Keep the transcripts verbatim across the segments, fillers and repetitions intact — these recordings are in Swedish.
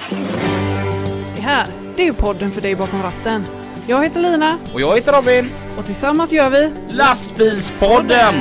Det här, det är ju podden för dig bakom ratten. Jag heter Lina. Och jag heter Robin. Och tillsammans gör vi Lastbilspodden!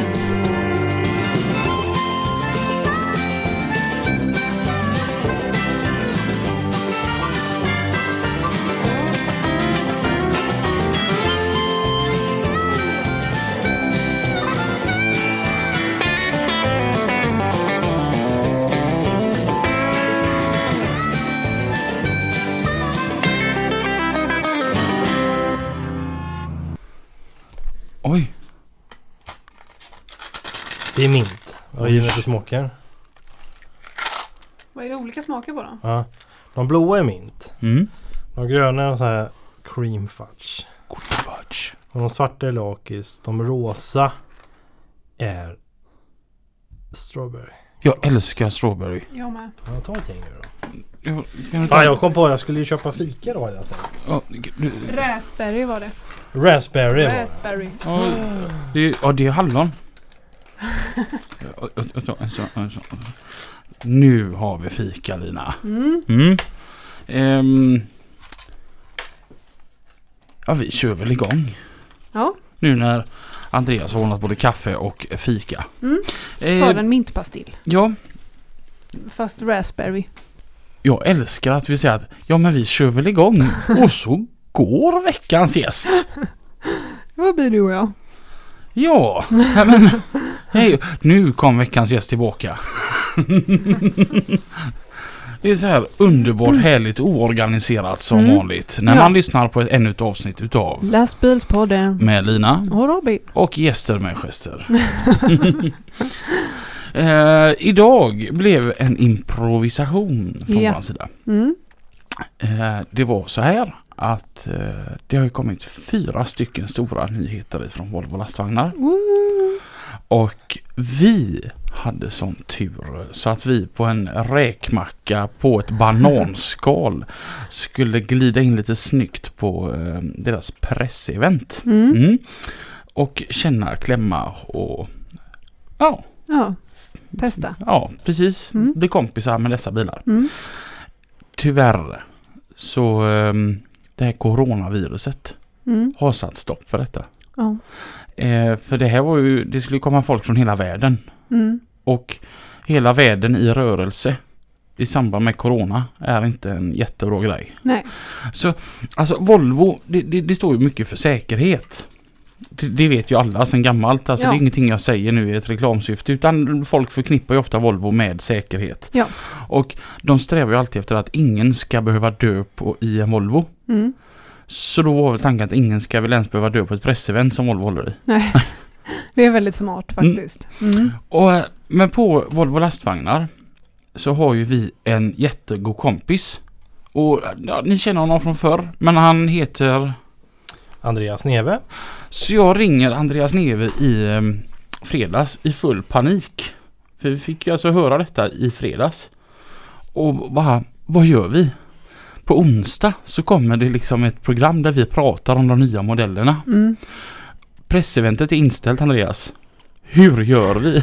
Oj. Det är mint. Vad är det för smaker? Vad är det olika smaker på då? Ja. De blåa är mint. Mm. De gröna är så här cream fudge. Cream fudge. Och de svarta är lakis. De rosa är strawberry. Jag älskar strawberry. Jag med. Ja, ta ett gäng nu då. Jag, jag, Fan, jag kom på att jag skulle ju köpa fika då. Hade jag tänkt. ja, du, Raspberry var det. Raspberry var det. Raspberry. ja, det, ja, det är hallon. Ja, ja, ja, ja, ja, ja. Nu har vi fika, Lina. Mm. Mm. Ehm. Ja, vi kör väl igång. Ja. Nu när Andreas har ordnat både kaffe och fika. Mm. Ta Ehm, en mintpastill. ja, Fast raspberry. jag älskar att vi säger att ja, men vi kör väl igång. Och så går veckans gäst. Vad blir du och jag? Ja, men hej, nu kom veckans gäst tillbaka. Det är så här underbart, härligt, oorganiserat som Mm. vanligt. När Ja. man lyssnar på ett ännu ett avsnitt utav Lastbilspodden. med Lina Och Robin. och gäster med gester. eh, idag blev en improvisation från Ja. vår sida. Mm. Eh, det var så här att eh, det har ju kommit fyra stycken stora nyheter från Volvo lastvagnar. Woo. Och vi hade sån tur så att vi på en räkmacka på ett bananskal skulle glida in lite snyggt på eh, deras pressevent. Mm. Mm. Och känna, klämma och ja, Ja, testa. ja precis. Mm. Bli kompisar med dessa bilar. Mm. Tyvärr så eh, det här coronaviruset Mm. har satt stopp för detta. Ja. Eh, för det här var ju, det skulle komma folk från hela världen. Mm. Och hela världen i rörelse i samband med corona är inte en jättebra grej. Nej. Så alltså Volvo, det, det, det står ju mycket för säkerhet. Det, det vet ju alla sedan gammalt. Alltså Ja. det är ingenting jag säger nu i ett reklamsyfte, utan folk förknippar ju ofta Volvo med säkerhet. Ja. Och de strävar ju alltid efter att ingen ska behöva dö på, i en Volvo. Mm. Så då var väl tanken att ingen ska väl ens behöva dö på ett pressevent som Volvo håller i. Nej. Det är väldigt smart faktiskt. Mm. Och, men på Volvo lastvagnar så har ju vi en jättegod kompis. Och ja, ni känner honom från förr, men han heter... Andreas Neve. Så jag ringer Andreas Neve i eh, fredags i full panik. För vi fick ju alltså höra detta i fredags. Och bara, vad gör vi? På onsdag så kommer det liksom ett program där vi pratar om de nya modellerna. Mm. Presseventet är inställt, Andreas. Hur gör vi?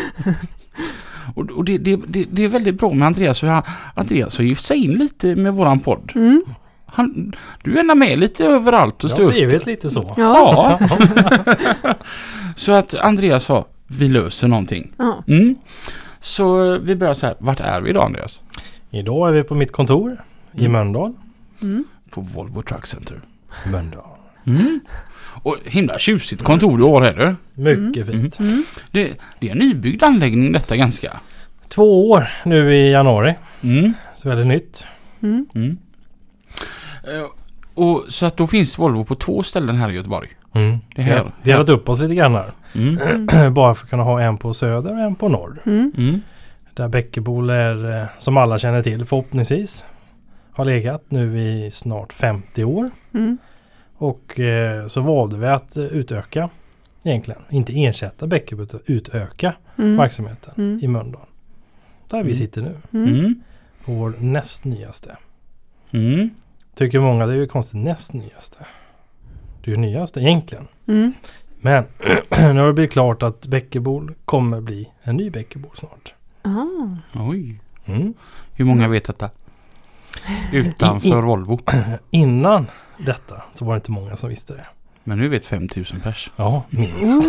och och det, det, det, det är väldigt bra med Andreas. För han, Andreas har gift sig in lite med våran podd. Mm. Han, du är ändå med lite överallt och Det står har upp. blivit lite så. Ja. Ja. Så att Andreas sa, vi löser någonting. Ja. Mm. Så vi börjar så här, vart är vi idag, Andreas? Idag är vi på mitt kontor i Mm. Mölndal. Mm. På Volvo Truck Center. Mölndal. Mm. Och himla tjusigt kontor du har här, eller? Mycket Mm. fint. Mm. Det, det är en nybyggd anläggning detta ganska. Två år nu i januari. Mm. Så är det nytt. Mm. Mm. Eh, och så att då finns Volvo på två ställen här i Göteborg. Mm. Det här- Vi har delat upp oss lite grann här. Mm. Bara för att kunna ha en på söder och en på norr. Mm. Mm. Där Bäckebol är, eh, som alla känner till förhoppningsvis, har legat nu i snart femtio år. Mm. Och eh, så valde vi att eh, utöka egentligen. Inte ersätta Bäckebol utan utöka Mm. verksamheten Mm. i Mölndal. Där vi Mm. sitter nu. Mm. Mm. På vår näst nyaste. Mm. Tycker många det är ju konstigt näst nyaste. Det är ju nyaste egentligen. Mm. Men nu har det blivit klart att Bäckebol kommer bli en ny Bäckebol snart. Ah. Oj. Mm. Hur många vet detta? utanför I, i, Volvo. Innan detta så var det inte många som visste det. Men nu vet fem tusen pers. Ja, minst.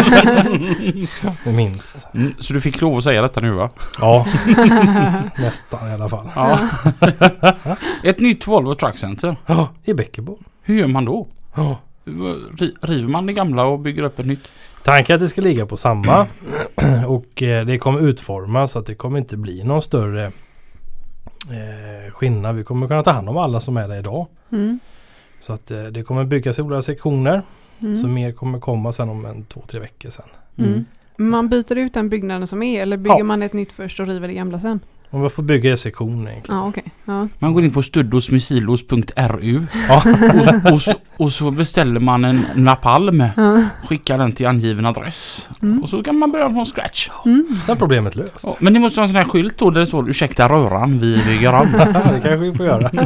minst. Mm, så du fick lov att säga detta nu, va? Ja, nästan i alla fall. Ja. Ett nytt Volvo Truck Center. Ja, i Bäckebo. Hur gör man då? Ja. River man det gamla och bygger upp ett nytt? Tanken att det ska ligga på samma och eh, det kommer utformas så att det kommer inte bli någon större eh, skillnad. Vi kommer kunna ta hand om alla som är där idag. Mm. Så att eh, det kommer byggas i olika sektioner. Mm. Så mer kommer komma sen om en två, tre veckor sen. Mm. Man byter ut den byggnaden som är eller bygger Ja. man ett nytt först och river det gamla sen? Och man får bygga i sektioner egentligen. Ja, okej. Okay. Ja. Man går in på studdosmissilos punkt r u Ja. och, och, så, och så beställer man en napalm. Ja. Skickar den till angiven adress. Mm. Och så kan man börja från scratch. Mm. Sen är problemet löst. Ja, men ni måste ha en sån här skylt då där det står ursäkta röran, vi bygger om. det kanske vi får göra.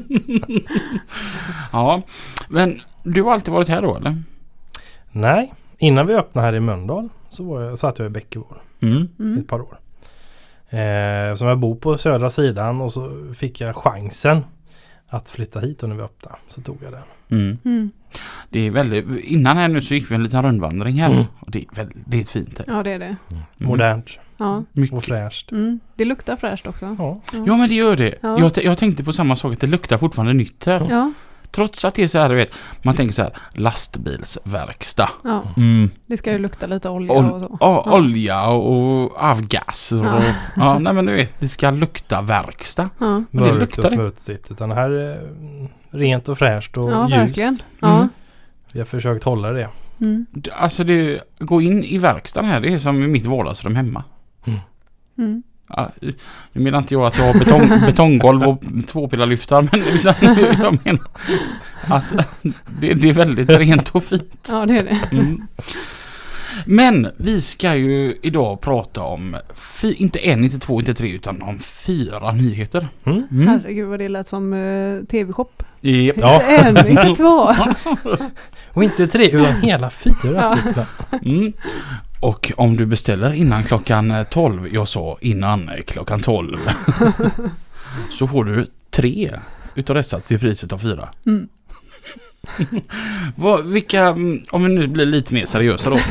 Ja, men du har alltid varit här då, eller? Nej, innan vi öppnade här i Mölndal så var jag, satt jag i Bäckebo Mm. Mm. ett par år. Eh, som jag bor på södra sidan och så fick jag chansen att flytta hit och när vi öppnade så tog jag den. Mm. Mm. Det är väldigt, innan här nu så gick vi en liten rundvandring här. Mm. Och det är, väldigt, det är fint här. Ja, det är det. Mm. Modernt Ja. Mycket. och fräscht. Mm. Det luktar fräscht också. Ja. Ja, men det gör det. Ja. Jag, t- jag tänkte på samma sak, att det luktar fortfarande nytt här. Ja. Trots att det är så här, du vet, man tänker så här, lastbilsverkstad. Ja. Mm. Det ska ju lukta lite olja Ol- och så. ja, Ja. olja och avgaser. Ja. Och, ja, nej men du vet, det ska lukta verkstad. Ja. Och det Mörkt luktar och det. smutsigt. Utan det här är mm, rent och fräscht och Ja, ljust. verkligen. Ja. Mm. Vi har försökt hålla det. Mm. Det- Alltså det, gå in i verkstaden här, det är som i mitt vardagsrum hemma. Mm. Ja, nu menar inte jag att jag har betong, betonggolv och tvåpilarlyftar, men utan, jag menar, alltså, det, det är väldigt rent och fint. Ja, det är det. Mm. Men vi ska ju idag prata om, fy, inte en, inte två, inte tre, utan om fyra nyheter. Mm. Mm. Herregud vad det lät som uh, tv-shop. Yep. Ja. Inte en, inte två. Och inte tre utan hela fyra Ja. stycken. Mm. Och om du beställer innan klockan tolv, jag sa innan klockan tolv, så får du tre utav dessa till priset av fyra. Mm. Vad, vilka, om vi nu blir lite mer seriösa då.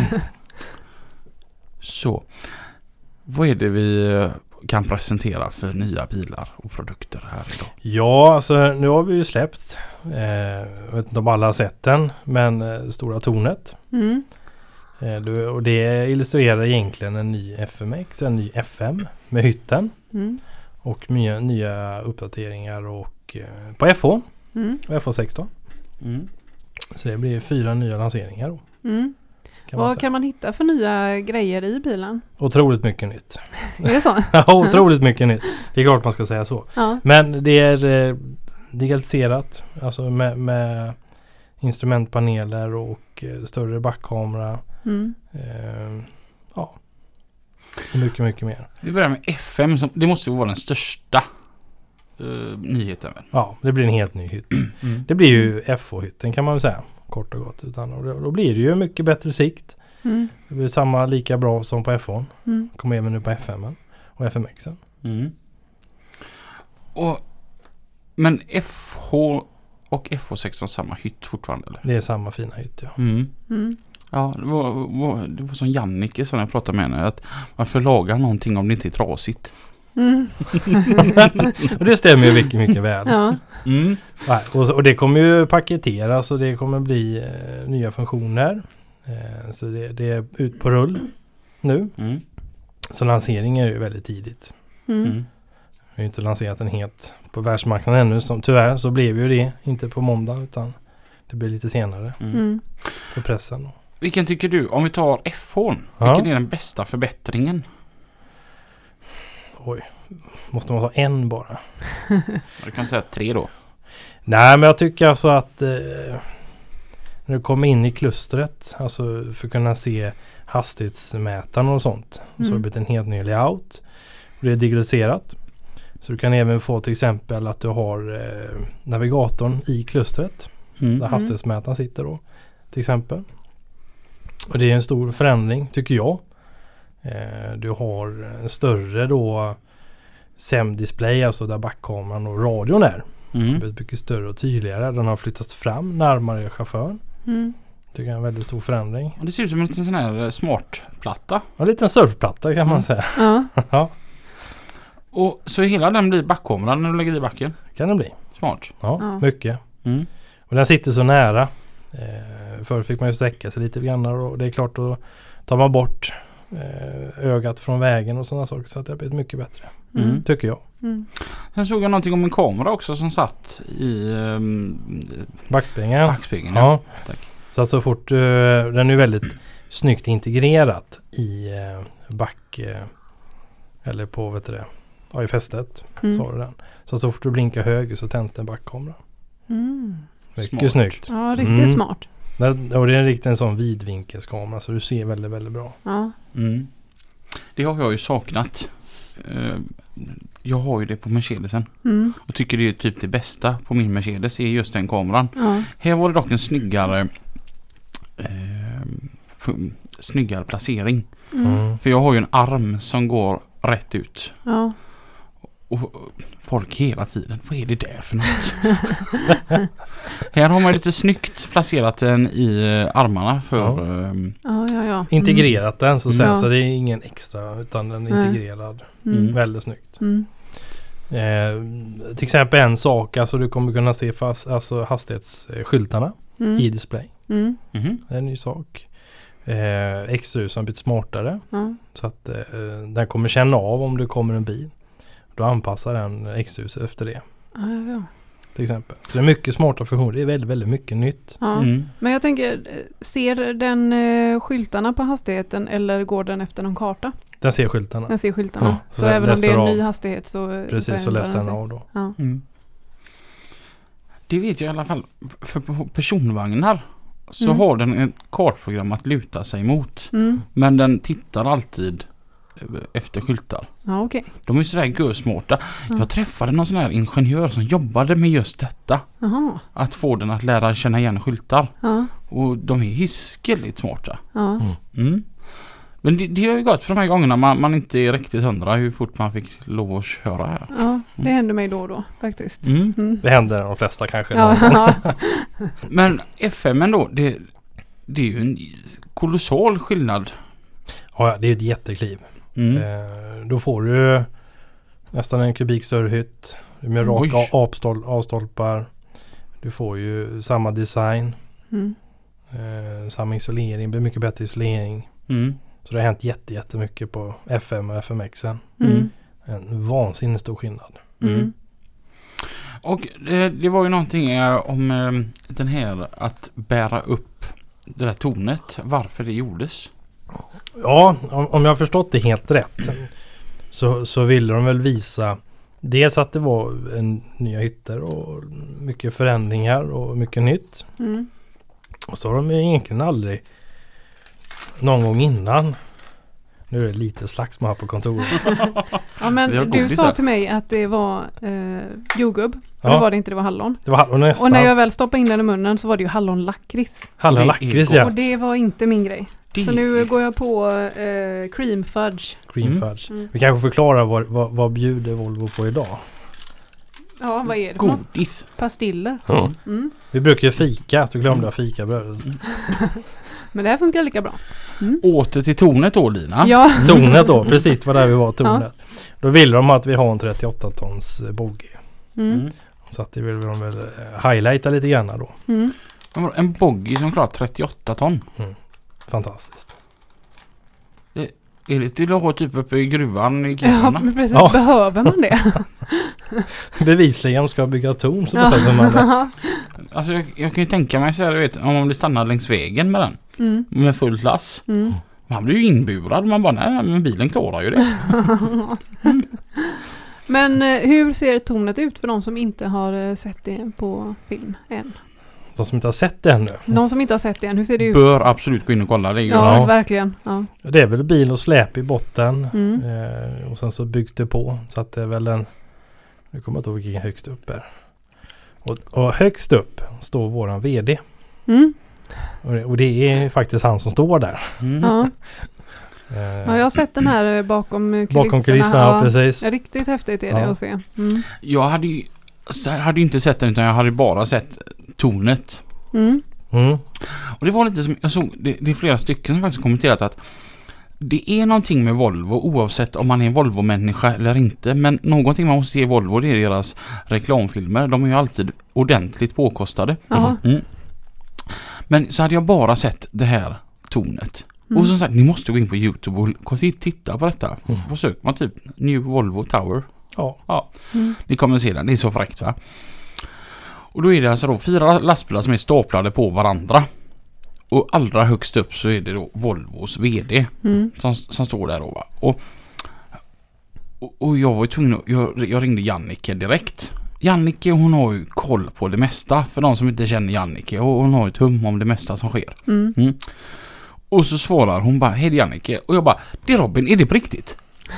Så, vad är det vi kan presentera för nya bilar och produkter här idag? Ja, alltså nu har vi ju släppt. Eh, jag vet inte om alla har sett den, men eh, Stora Tornet. Mm. Eh, du, och det illustrerar egentligen en ny F M X, en ny F M med hytten. Mm. Och nya, nya uppdateringar och eh, på F H Mm. och F H sexton. Mm. Så det blir fyra nya lanseringar då. Mm. Kan man Vad säga. kan man hitta för nya grejer i bilen? Otroligt mycket nytt. Är det så? Ja, otroligt mycket nytt. Det är klart man ska säga så. Ja. Men det är eh, digitaliserat. Alltså med, med instrumentpaneler och eh, större backkamera. Mm. Eh, ja. Och mycket, mycket mer. Vi börjar med F M, som, det måste vara den största uh, nyheten. Väl? Ja, det blir en helt ny hytt. Mm. Det blir ju F H-hytten kan man väl säga. Kort och gott. Utan, och då, då blir det ju mycket bättre sikt. Mm. Det blir samma lika bra som på F H. Mm. Kommer även nu på F M och F M X. Mm. Och, men F H och F H sexton samma hytt fortfarande, eller? Det är samma fina hytt, ja. Mm. Mm. Ja, det var, var, det var som Jannike som jag pratade med henne, att varför laga någonting om det inte är trasigt? Mm. Och det stämmer ju mycket, mycket väl. Ja. Mm. Nej, och, så, och det kommer ju paketeras och det kommer bli eh, nya funktioner. Eh, så det, det är ut på rull nu. Mm. Så lanseringen är ju väldigt tidigt. Mm. Mm. Vi har ju inte lanserat den helt på världsmarknaden ännu. Som, tyvärr så blev ju det inte på måndag utan det blir lite senare Mm. Mm. för pressen. Vilken tycker du, om vi tar F H, Ja. vilken är den bästa förbättringen? Oj, måste man ta en bara? Jag kan säga tre då. Nej, men jag tycker alltså att eh, när du kommer in i klustret, alltså för att kunna se hastighetsmätaren och sånt, Mm. så har det blivit en helt ny layout. Och det är digitaliserat. Så du kan även få till exempel att du har eh, navigatorn i klustret, Mm. där hastighetsmätaren sitter då, till exempel. Och det är en stor förändring, tycker jag. Eh, du har en större då S E M-display, alltså där backkameran och radion är. Mm. Det är mycket större och tydligare. Den har flyttats fram närmare chauffören. Mm. Tycker jag är en väldigt stor förändring. Det ser ut som en liten sån här smartplatta. En liten surfplatta kan man Mm. säga. Ja. Ja, Och så hela den blir backkameran när du lägger i backen. kan det bli. Smart. Ja, Ja. mycket. Mm. Och den sitter så nära. Eh, förr fick man ju sträcka sig lite grann och det är klart då tar man bort eh, ögat från vägen och sådana saker så att det har blivit mycket bättre. Mm. Tycker jag. Mm. Sen såg jag någonting om en kamera också som satt i um, Backspegeln. backspegeln. Ja. Tack. Så att så fort uh, den är väldigt snyggt integrerat i uh, back uh, eller på vet du det, ja, i fästet Mm. så har du den. Så att så fort du blinkar höger så tänds det en backkamera. Mm. Mycket Smart. snyggt. Ja, riktigt Mm. smart. Det, och det är en riktigt en sån vidvinkelskamera så du ser väldigt, väldigt bra. Ja. Mm. Det har jag ju saknat. Uh, jag har ju det på Mercedesen. Mm. Och tycker det är typ det bästa på min Mercedes är just den kameran. Ja. Här var det dock en snyggare eh, f- snyggare placering. Mm. Mm. För jag har ju en arm som går rätt ut. Ja. Och folk hela tiden, vad är det där för något? Här har man lite snyggt placerat den i eh, armarna för... Ja. ehm, Ja, ja, ja. Integrerat den så, Mm. sen, Ja. så det är ingen extra utan den är Nej. integrerad. Mm. Mm. Väldigt snyggt. Mm. Eh, till exempel en sak, alltså du kommer kunna se fast, alltså hastighetsskyltarna Mm. i display. Mm. mhm. Det är en ny sak. Eh, Extraljus har blivit smartare Ja. så att eh, den kommer känna av om det kommer en bil. Då anpassar den extraljuset efter det Ja, ja, ja. till exempel. Så det är mycket smarta funktioner. Det är väldigt, väldigt mycket nytt. Ja. Mm. Men jag tänker, ser den eh, skyltarna på hastigheten eller går den efter någon karta? Den ser skyltarna. Den ser skyltarna. Ja, så så den även om det är en läser ny av. hastighet så... Precis, så ändrar läste den sig. av då. Ja. Mm. Det vet jag i alla fall. För på personvagnar så Mm. har den ett kartprogram att luta sig mot. Mm. Men den tittar alltid efter skyltar. Ja, okej. De är sådär görsmarta. Ja. Jag träffade någon sån här ingenjör som jobbade med just detta. Jaha. Att få den att lära känna igen skyltar. Ja. Och de är hiskeligt smarta. Ja. Mm. Mm. Men det, det har ju gått för de här gångerna man, man inte är riktigt hundra hur fort man fick lov att köra här. Ja, det händer mig då och då faktiskt. Mm. Mm. Det händer de flesta kanske. Ja, ja. Men F M då, det, det är ju en kolossal skillnad. Ja, det är ett jättekliv. Mm. Eh, då får du nästan en kubik större hytt med Oj. raka avstol- avstolpar. Du får ju samma design, Mm. eh, samma isolering, det blir mycket bättre isolering. Mm. Så det har hänt jätte, jättemycket på F M och F M X-en. Mm. En vansinnigt stor skillnad. Mm. Och det, det var ju någonting eh, om eh, den här att bära upp det där tornet. Varför det gjordes. Ja, om, om jag har förstått det helt rätt så, så ville de väl visa dels att det var en nya hytter och mycket förändringar och mycket nytt. Mm. Och så har de egentligen aldrig någon gång innan. Nu är det lite slagsmål här på kontoret. Ja, Vi men har du godis sa här. till mig att det var eh, jordgubb. Och Ja. det var det inte, det var hallon. Det var hallon nästan. Och när jag väl stoppade in den i munnen så var det ju hallonlakrits. Hallon Det är lakrits gott. ja. Och det var inte min grej. Det, Så nu går jag på eh, cream fudge. Cream Mm. fudge. Mm. Vi kanske förklarar vad, vad, vad bjuder Volvo på idag. Ja, vad är det för något? godis. Pastiller. Ja. Mm. Vi brukar ju fika, så glömde jag fikabrödet. Men det här funkar lika bra. Åter till tornet då, Lina. Ja. Tornet då, precis det var där vi var, tornet. Då vill de att vi har en trettioåtta tons eh, bogey. Mm. Mm. Så att det vill de väl eh, highlighta lite grann då. Mm. En boggy som klarar trettioåtta ton. Fantastiskt. Är det till att ha typ uppe i gruvan i Ja, Kiruna? men precis. Ja. Behöver man det? Bevisligen ska bygga torn så Ja. behöver man det. Alltså jag, jag kan ju tänka mig så här, du vet, om man blir stannad längs vägen med den. Mm. Med full lass. Mm. Man blir ju inburad. Man bara, nej men bilen klarar ju det. Men eh, hur ser tornet ut för de som inte har eh, sett det på film än? De som inte har sett det ännu. De som inte har sett det än, hur ser det ut? Bör absolut gå in och kolla. Det är ju Ja, Ja. verkligen. Ja. Det är väl bil och släp i botten. Mm. Eh, och sen så byggs det på. Så att det är väl en... Nu kommer jag inte ihåg vilken högst upp är. Och, och högst upp står våran vd. Mm. Och det, och det är faktiskt han som står där. Mm. Ja. Eh, Ja, jag har sett den här bakom kulisserna. bakom kulisserna, ja, precis. Riktigt häftigt är det Ja. att se. Mm. Jag hade ju så här hade ju inte sett den, utan jag hade bara sett tornet. Mm. Mm. Och det var lite som, jag såg, det, det är flera stycken som faktiskt kommenterat att det är någonting med Volvo, oavsett om man är en Volvo-människa eller inte, men någonting man måste se i Volvo, det är deras reklamfilmer. De är ju alltid ordentligt påkostade. Ja. Mm. Men så hade jag bara sett det här tornet. Mm. Och som sagt, ni måste gå in på YouTube och titta på detta. Mm. Vad söker man? Typ New Volvo Tower. Ja. Ja, Mm. ni kommer se den. Det är så fräckt, va? Och då är det alltså då fyra lastbilar som är staplade på varandra. Och allra högst upp så är det då Volvos vd Mm. som, som står där då, va? Och, och, och jag var ju tvungen att, jag, jag ringde Jannike direkt. Jannike, hon har ju koll på det mesta, för de som inte känner Jannike, och hon har ett hum om det mesta som sker. Mm. Mm. Och så svarar hon bara, hej Jannike. Och jag bara, det är Robin, är det på riktigt?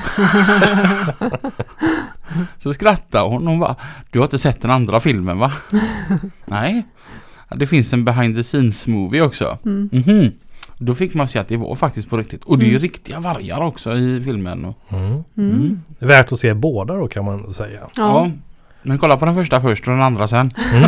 Så skrattar hon och bara, du har inte sett den andra filmen, va? Nej. Det finns en behind the scenes movie också. Mm. Mhm. Då fick man se att det var faktiskt på riktigt. Och det är ju Mm. riktiga vargar också i filmen. Och, Mm. Mm. Mm. Det är värt att se båda då, kan man säga. Ja. ja. Men kolla på den första först och den andra sen. Mm.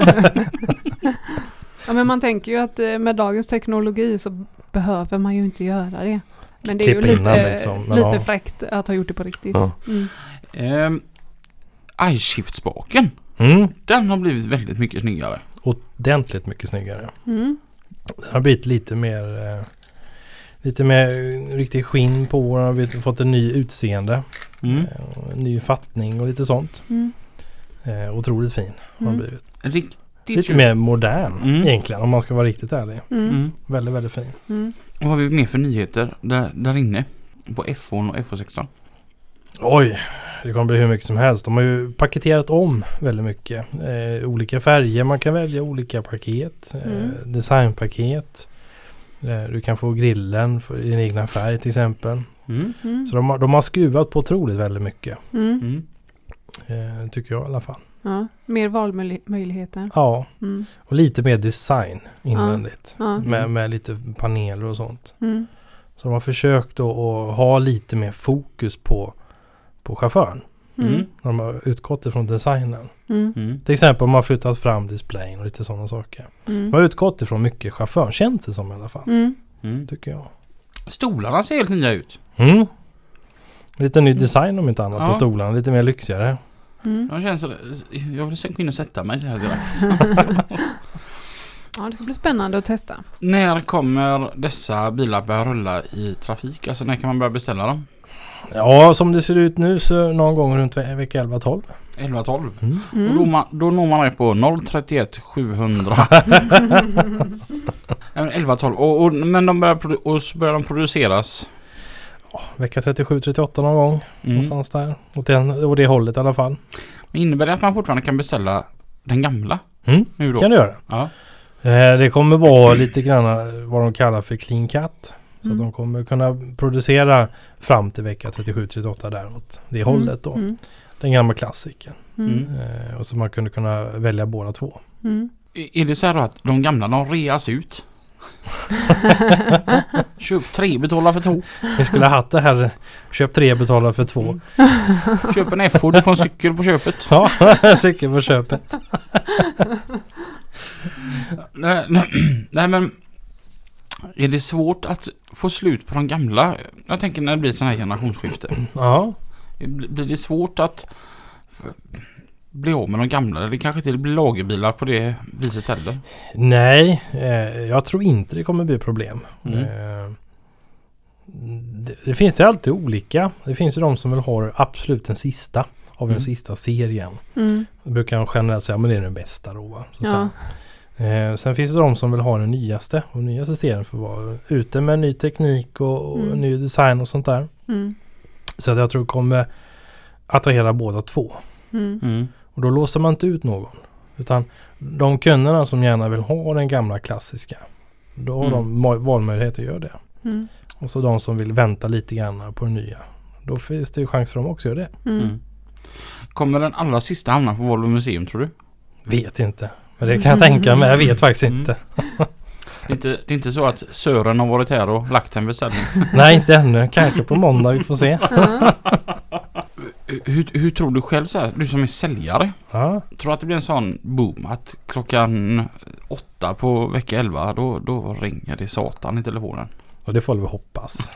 Ja, men man tänker ju att eh, med dagens teknologi så behöver man ju inte göra det. Men det är Klippa ju innan lite, liksom, men lite ja. fräckt att ha gjort det på riktigt. Ja. Mm. Ehm, iShift-spaken. Mm. Den har blivit väldigt mycket snyggare. Ordentligt mycket snyggare. Mm. Den har blivit lite mer eh, lite mer eh, riktigt skinn på. Den har blivit, fått en ny utseende. Mm. Eh, en ny fattning och lite sånt. Mm. Eh, otroligt fin har den Mm. blivit. Riktigt Lite tjus- mer modern Mm. egentligen, om man ska vara riktigt ärlig. Mm. Mm. Väldigt, väldigt fin. Mm. Och vad har vi mer för nyheter där, där inne? På F O och F O sexton. Oj, det kommer bli hur mycket som helst. De har ju paketerat om väldigt mycket. Eh, olika färger, man kan välja olika paket. Eh, Mm. Designpaket. Eh, du kan få grillen för din egna färg till exempel. Mm. Mm. Så de har, de har skruvat på otroligt väldigt mycket. Mm. Mm. Eh, tycker jag i alla fall. Ja. Mer valmöjligheter. Ja, Mm. och lite mer design invändigt. Ja. Med, med lite paneler och sånt. Mm. Så de har försökt att, att ha lite mer fokus på, på chauffören. Mm. Mm. De har utgått ifrån designen. Mm. Mm. Till exempel om man har flyttat fram displayen och lite sådana saker. Mm. De har utgått ifrån mycket chauffören, känns det som i alla fall. Mm. Mm. Tycker jag. Stolarna ser helt nya ut. Mm. Lite ny design om inte annat Ja. på stolarna. Lite mer lyxigare. Mm. Jag känns jag vill gå in och sätta mig där direkt. Ja, det ska bli spännande att testa. När kommer dessa bilar börja rulla i trafik? Alltså när kan man börja beställa dem? Ja, som det ser ut nu så någon gång runt ve- vecka elva tolv. elva tolv. Mm. Mm. Och då, man, då når man det på noll tre ett sjuhundra. elva tolv. Och, och, men de börjar, produ- och så börjar de produceras. Vecka trettiosju trettioåtta någon gång. Mm. Någonstans där. Åt, den, åt det hållet i alla fall. Men innebär det att man fortfarande kan beställa den gamla? Mm. Nu då? Kan du göra. Ja. Eh, det kommer vara lite grann vad de kallar för clean cut. Så Mm. att de kommer kunna producera fram till vecka trettiosju trettioåtta där åt det hållet då. Mm. Den gamla klassiken. Mm. Mm. Eh, och så man kunde kunna välja båda två. Mm. Är det så här då att de gamla de reas ut? Köp tre, betala för två. Vi skulle ha haft det här, köp tre, betala för två. Köp en F O, du får en cykel på köpet. Ja, cykel på köpet. Nej, nej, nej men är det svårt att få slut på de gamla? Jag tänker när det blir sån här generationsskifte. Ja, Blir det svårt att f- bli av med de gamla? Eller kanske till blir lagerbilar på det viset heller? nej, eh, jag tror inte det kommer bli problem. Mm. Eh, det, det finns ju alltid olika. Det finns ju de som vill ha absolut den sista av den Mm. sista serien. Mm. Då brukar de generellt säga, men det är den bästa då, va? Så Ja. sen, eh, sen finns det de som vill ha den nyaste. Och den nyaste serien för att vara ute med ny teknik och, och Mm. ny design och sånt där. Mm. Så att jag tror det kommer attrahera båda två. Mm. Mm. Och då låser man inte ut någon. Utan de kunderna som gärna vill ha den gamla klassiska, då har Mm. de ma- valmöjlighet att göra det. Mm. Och så de som vill vänta lite grann på det nya, då finns det ju chans för dem också att göra det. Mm. Mm. Kommer den allra sista hamna på Volvo Museum, tror du? Vet inte. Men det kan jag tänka mig. Jag vet faktiskt Mm. inte. Det är, inte, det är inte så att Sören har varit här och lagt en beställning. Nej, inte ännu. Kanske på måndag, vi får se. Ja. hur, hur tror du själv så här, du som är säljare? Ja. Tror att det blir en sån boom att klockan åtta på vecka elva då, då ringer det satan i telefonen? Och det får vi hoppas.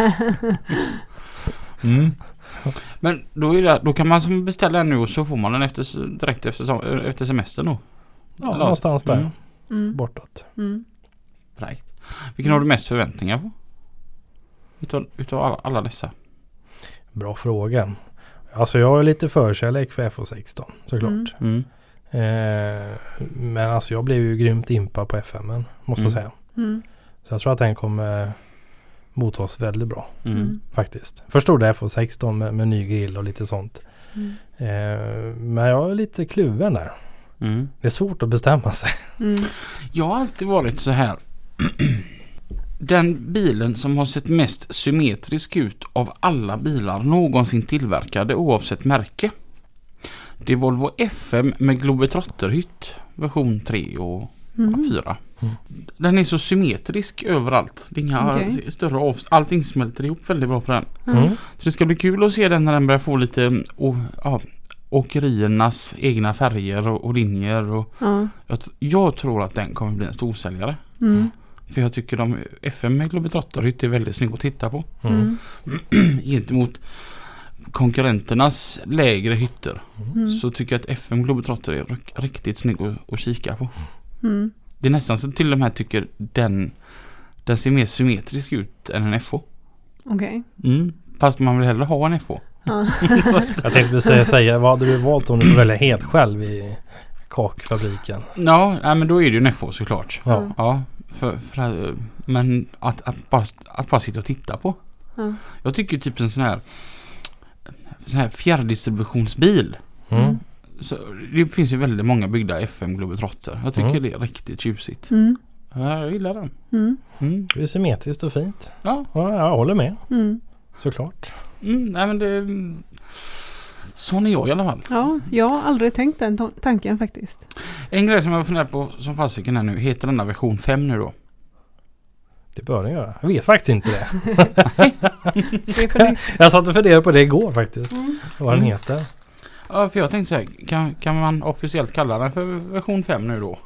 Mm. Men då, är det, då kan man som beställa en nu och så får man den efter, direkt efter, efter semestern då? Ja, Eller? någonstans där. Mm. Mm. Bortåt. Mm. Right. Vilken har du mest förväntningar på? Utav, utav alla, alla dessa? Bra fråga. Alltså jag har lite förkärlek för F O sexton, såklart. Mm. Mm. Eh, men alltså jag blev ju grymt impa på F M, måste jag Mm. säga. Mm. Så jag tror att den kommer mottas väldigt bra, Mm. Mm. faktiskt. Först stod det F O sexton med, med ny grill och lite sånt. Mm. Eh, men jag är lite kluven där. Mm. Det är svårt att bestämma sig. Mm. Jag har alltid varit så här. Den bilen som har sett mest symmetrisk ut av alla bilar någonsin tillverkade oavsett märke. Det är Volvo F M med Globetrotterhytt version tre och Mm. fyra. Mm. Den är så symmetrisk överallt. Det är inga Okej. större av, allting smälter ihop väldigt bra på den. Mm. Så det ska bli kul att se den när den börjar få lite å, ja, åkeriernas egna färger och, och linjer. Och Ja. jag, jag tror att den kommer bli en storsäljare. Mm. För jag tycker de F M med Globetrotterhytt är väldigt snygg att titta på. Mm. Mm. Gentemot konkurrenternas lägre hytter Mm. så tycker jag att F M Globetrotter är rik- riktigt snygg att, att kika på. Mm. Det är nästan så till och med tycker den den ser mer symmetrisk ut än en F H. Okej. Mm. Fast man vill hellre ha en F H. Ja. Jag tänkte precis säga, vad hade du valt om du får välja helt själv i kakfabriken? Ja, nej, men då är det ju en F H såklart. Ja. Mm. Ja, för, för, men att, att, bara, att bara sitta och titta på. Ja. Jag tycker typ en sån här sån här fjärrdistributionsbil. Mm. Så det finns ju väldigt många byggda F M Globetrotter. Jag tycker Mm. det är riktigt tjusigt. Mm. Ja, jag gillar den. Mm. Mm. Det är symmetriskt och fint. Ja, Ja, jag håller med. Mm. Såklart. mm, nej men det sån är jag i alla fall. Ja, jag har aldrig tänkt den ta- tanken faktiskt. En grej som jag funderar på som fasiken här nu, heter denna version fem nu då? Det bör den göra. Jag vet faktiskt inte det. Det är för nytt. Jag satt och funderade på det igår faktiskt. Mm. Vad den Mm. heter. Ja, för jag tänkte så här, kan, kan man officiellt kalla den för version fem nu då?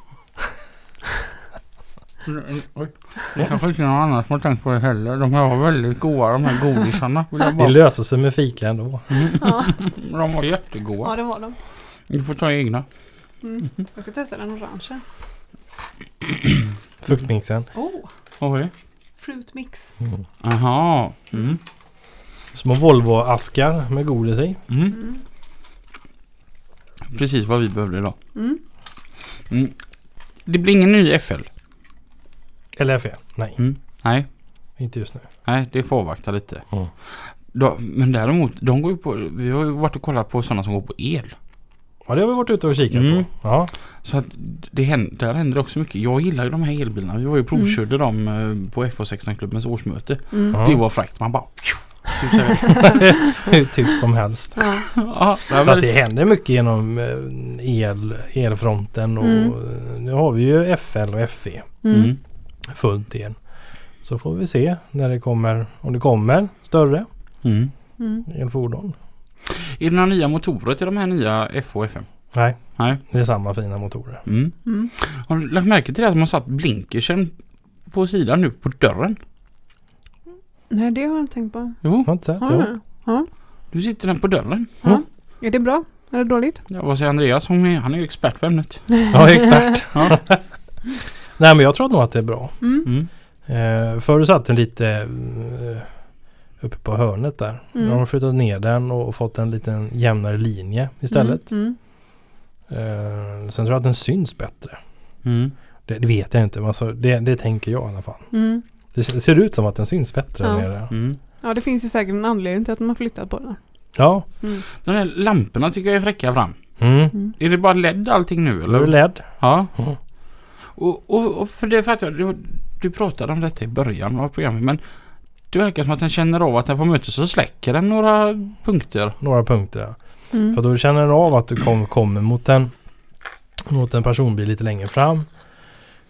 Oj. Det kanske inte någon annan som har tänkt på det heller. De har väldigt goda, de här godisarna. Vill jag Det bara. löser sig med fika ändå. Ja. De var jättegoda. Ja, det var de. Du får ta egna. Mm. Jag ska testa den orangea. Fruktmixen. Oh, Vad var det? fruit mix. Mm. Aha. Mm. Små Volvo-askar med godis i. Mm. Mm. Precis vad vi behövde idag. Mm. Mm. Det blir ingen ny F L. Eller F E. Nej, Mm. Nej. inte just nu. Nej, det får avvakta lite. Mm. Då, men däremot, de går ju på, vi har ju varit och kollat på sådana som går på el. Ja, det har vi varit ute och kikat Mm. på. Ja. Så att det händer, där händer också mycket. Jag gillar ju de här elbilarna. Vi var ju och provkörde dem eh, på F O sexton-klubbens årsmöte. Mm. Ja. Det var fräckt. Man bara... susar. Hur typ som helst. Ja. Ja, Så att men, det händer mycket genom eh, el, elfronten och Mm. eh, nu har vi ju F L och F E Mm. mm. fullt igen. Så får vi se när det kommer, om det kommer större Mm. Mm. elfordon. Är det några nya motorer till de här nya F H och F M? Nej, Nej. det är samma fina motorer. Mm. Mm. Har du lagt märke till det att de har satt blinkersen på sidan nu på dörren? Nej, det har jag inte tänkt på. Jo, Har inte sett? Har Jo. du? Ja. du sitter den på dörren. Ja. Är det bra? Är det dåligt? Ja, vad säger Andreas? Hon är, han är ju expert på ämnet. Ja, expert. Ja. Nej, men jag tror nog att det är bra. Mm. Mm. Eh, förr satt den lite eh, uppe på hörnet där. Mm. Nu har de flyttat ner den och fått en liten jämnare linje istället. Mm. Eh, sen tror jag att den syns bättre. Mm. Det, det vet jag inte, men alltså, det, det tänker jag i alla fall. Mm. Det ser ut som att den syns bättre Ja. nere. Mm. Ja, det finns ju säkert en anledning till att de har flyttat på den. Ja. Mm. De här lamporna tycker jag är fräcka fram. Mm. Mm. Är det bara L E D allting nu? Eller Eller? L E D. Ja. Mm. Och, och, och för det fattar jag, du, du pratade om detta i början av programmet, men det verkar som att den känner av att den får möte så släcker den några punkter. Några punkter. Ja. Mm. För då känner den av att du kom, kommer mot en, mot en personbil lite längre fram.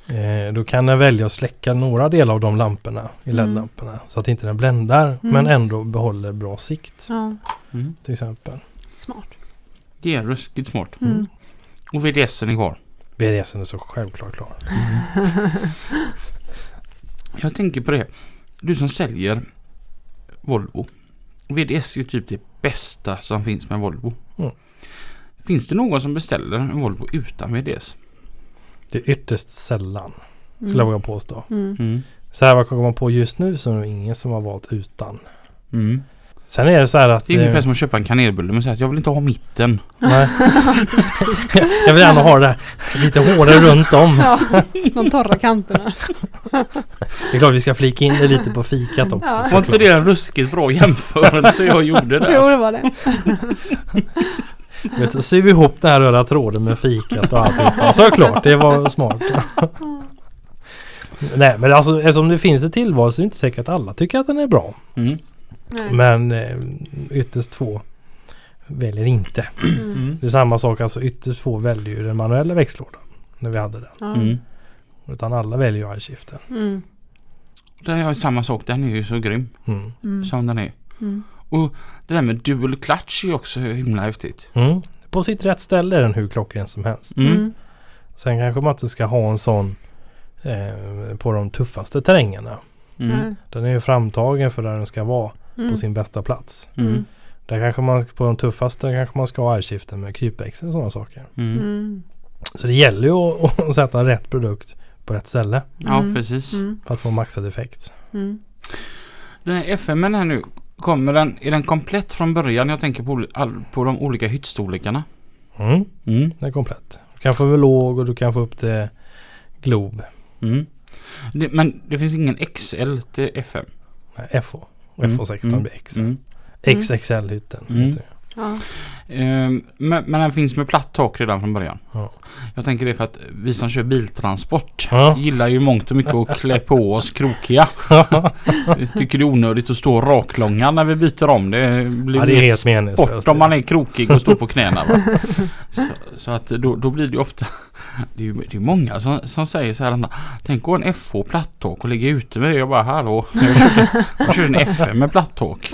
Eh, då kan den välja att släcka några delar av de lamporna i L E D-lamporna så att inte den bländar Mm. men ändå behåller bra sikt Ja, Mm. till exempel. smart. Det är ruskigt smart. Mm. Och V D S är kvar. V D S är så självklart klar. Jag tänker på det. Du som säljer Volvo. V D S är ju typ det bästa som finns med Volvo. Mm. Finns det någon som beställer en Volvo utan V D S? Det är ytterst sällan skulle Mm. jag våga påstå. Mm. Mm. Så här vad kommer man på just nu så är det ingen som har valt utan. Mm. Sen är det så här att Det är ungefär eh, som att köpa en kanelbulle men säger att jag vill inte ha mitten. nej. Jag vill gärna ha det här lite hårdare runt om. Ja, de torra kanterna. Det är klart vi ska flika in det lite på fikat också. Ja. Var inte det en ruskigt bra jämförelse jag gjorde där? Jo, det var det. Vet du, syr vi ihop den här röda tråden med fikat och alltihopa. Såklart, det var smart. Nej, men alltså eftersom det finns ett tillval så är det inte säkert att alla tycker att den är bra. Mm. Nej. Men eh, ytterst få väljer inte. Mm. Mm. Det är samma sak, alltså ytterst få väljer ju den manuella växellådan när vi hade den. Ja. Mm. Utan alla väljer ju I-shiften. Mm. Den är ju samma sak. Den är ju så grym Mm. Mm. som den är. Mm. Och det där med dual clutch är också himla häftigt. Mm. På sitt rätt ställe är den hur klockren som helst. Mm. Mm. Sen kanske man inte ska ha en sån eh, på de tuffaste terrängerna. Mm. Nej. Den är ju framtagen för där den ska vara Mm. på sin bästa plats. Mm. Där kanske man på de tuffaste kanske man ska ha I-shiften med krypväxel och sådana saker. Mm. Mm. Så det gäller ju att, att sätta rätt produkt på rätt ställe Ja, Mm. precis. Mm. för att få maxad effekt. Mm. Den här F M här nu, kommer den, är den komplett från början? Jag tänker på, all, på de olika hyttstorlekarna. Mm, Mm. det är komplett. Du kan få låg och du kan få upp till Glob. Mm. Det, men det finns ingen X L till F M. Nej, F O. Och Mm. F O sexton Mm. blir X. Mm. X X L-hytten. Mm. heter det. Ja. Ehm, men, men den finns med platt tak redan från början. Ja. Jag tänker det för att vi som kör biltransport Ja. gillar ju mångt och mycket att klä på oss krokiga. Jag tycker det är onödigt att stå raklånga när vi byter om. Det blir Ja, det är mer helt meningslöst. sport om man är krokig och står på knäna. Va? Så, så att då, då blir det ju ofta det är ju det är många som, som säger så här, tänk gå en F H plattak och ligga ute med det. Jag bara, hallå, jag kör, jag kör en F M med plattak.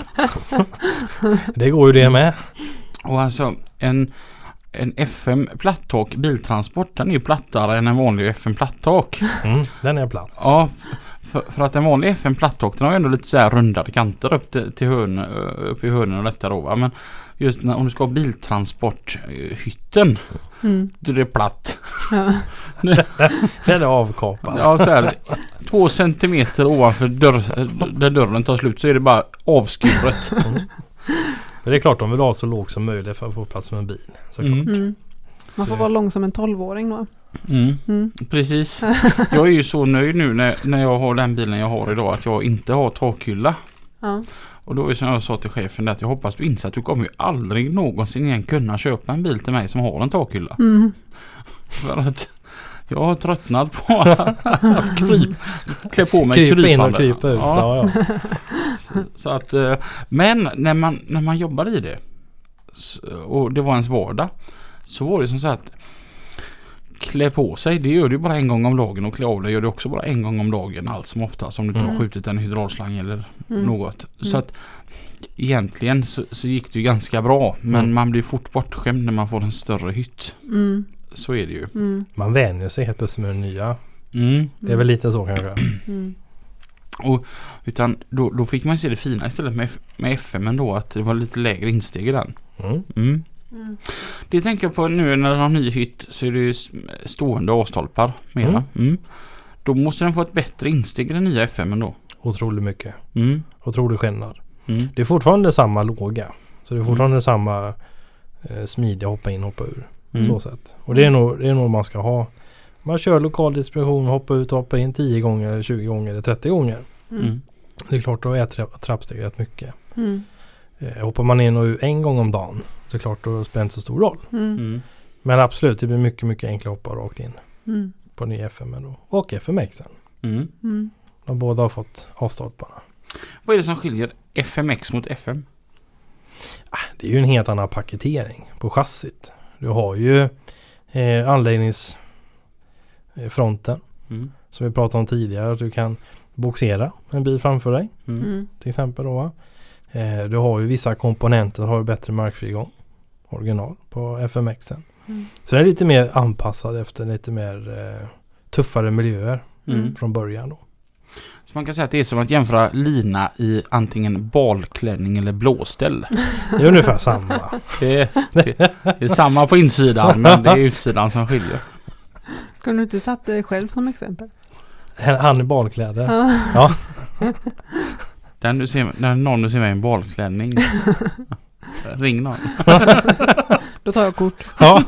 Det går ju det med. Och alltså en, en F M plattak biltransport, den är ju plattare än en vanlig F M plattak. Mm, den är platt. Ja, för, för att en vanlig F M plattak den har ju ändå lite så här rundade kanter upp till, till hörn, upp i hörnen och detta då, va? Men just när, om du ska ha biltransporthytten Mm. då är det platt. Ja. Den är avkapad. Ja, så här, två centimeter ovanför dörr, där dörren tar slut så är det bara avskuret. Mm. Men det är klart de vill ha så låg som möjligt för att få plats med en bil. Såklart. Mm. Mm. Man får Så- vara lång som en tolvåring då. Mm, Mm. precis. Jag är ju så nöjd nu när, när jag har den bilen jag har idag att jag inte har takhylla. Ja. Och då är det som jag sa till chefen att jag hoppas du inser att du kommer ju aldrig någonsin igen kunna köpa en bil till mig som har en takhylla. Mm. För att jag har tröttnat på att kryp, klä på mig Krypa in krypande. och krypa ut. Ja, Ja, ja. så, så att, eh, men när man, när man jobbar i det så, och det var ens vardag så var det som så att klä på sig, det gör du bara en gång om dagen och klä av dig gör du också bara en gång om dagen allt som oftast om du inte Mm. har skjutit en hydraulslang eller Mm. något. Så Mm. att egentligen så, så gick det ju ganska bra men Mm. man blir fort bortskämd när man får en större hytt. Mm. Så är det ju. Mm. Man vänjer sig helt plötsligt med det nya. Mm. Det är väl lite så kanske. Mm. Och, utan då, då fick man se det fina istället med, F- med F M då att det var lite lägre insteg i den. Mm. Mm. Mm. Det tänker jag på nu när den har ny hytt så är det ju s- stående A-stolpar mera. Mm. Mm. Då måste den få ett bättre insteg i den nya F M då. Otroligt mycket. Mm. Otrolig skillnad. Mm. Det är fortfarande samma låga. Så det är fortfarande samma eh, smidiga hoppa in hoppa ur. Mm. Så sätt. Och det är nog, det är nog man ska ha. Man kör lokal distribution, hoppa ut och hoppa in tio gånger, tjugo gånger eller trettio gånger. Mm. Mm. Det är klart då är tra- trappsteg rätt mycket. Mm. Eh, hoppar man in och ur en gång om dagen så är det klart då spelar det inte så stor roll. Mm. Mm. Men absolut, det blir mycket, mycket enklare att hoppa rakt in Mm. på nya F M då. Och F M X. Mm. Mm. De båda har fått A-stolparna. Vad är det som skiljer F M X mot F M? Det är ju en helt annan paketering på chassit. Du har ju eh, anläggningsfronten Mm. Som vi pratade om tidigare, att du kan boxera en bil framför dig. Mm. Mm. Till exempel då, va? Eh, du har ju vissa komponenter, har du bättre markfrigång. Original på F M Xen. Mm. Så den är lite mer anpassad efter lite mer eh, tuffare miljöer Mm. från början då. Så man kan säga att det är som att jämföra lina i antingen balklänning eller blåställ. Det är ungefär samma. Det är, det, det är samma på insidan, men det är utsidan som skiljer. Kan du inte tagit dig själv som exempel? Han i balkläder. Ja. Ja. Den du ser, när någon du ser med i en balklänning. Ring någon. Då tar jag kort. Ja.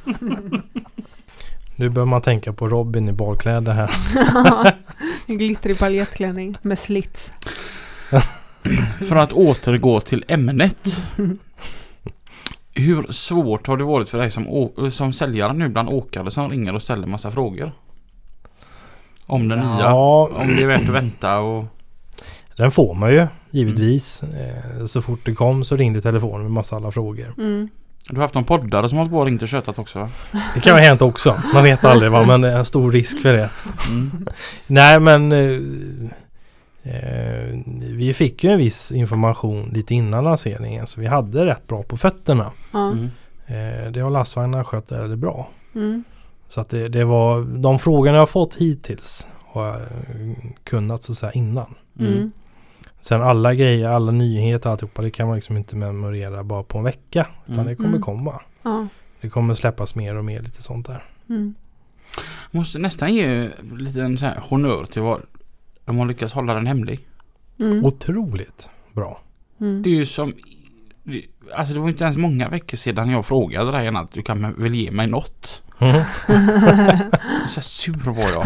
Nu bör man tänka på Robin i balkläder här. En glittrig paljettklänning med slits. För att återgå till ämnet. Hur svårt har det varit för dig som, å- som säljare nu bland åkare som ringer och ställer massa frågor? Om den nya. Ja, Om det är värt att vänta och... den får man ju givetvis. Eh, så fort det kom så ringde telefonen med massa alla frågor. Mm. Du har haft någon poddare som har hållit på och ringt och tjötat också, va? Det kan ha hänt också. Man vet aldrig, va? Men det är en stor risk för det. Mm. Nej, men eh, eh, vi fick ju en viss information lite innan lanseringen, så vi hade rätt bra på fötterna. Ja. Mm. Eh, det har lastvagnar skött det bra. Mm. Så att det, det var de frågorna jag har fått hittills har jag eh, kunnat så att säga innan. Mm. Sen alla grejer, alla nyheter, alltihopa, det kan man liksom inte memorera bara på en vecka. Utan Mm. det kommer Mm. komma. Ja. Det kommer släppas mer och mer lite sånt där. Mm. Måste nästan ge lite en så här honör till vad de har lyckats hålla den hemlig. Mm. Otroligt bra. Mm. Det är ju som... det- Alltså det var inte ens många veckor sedan jag frågade dig att du kan väl ge mig något. Mm. Så här sur var jag.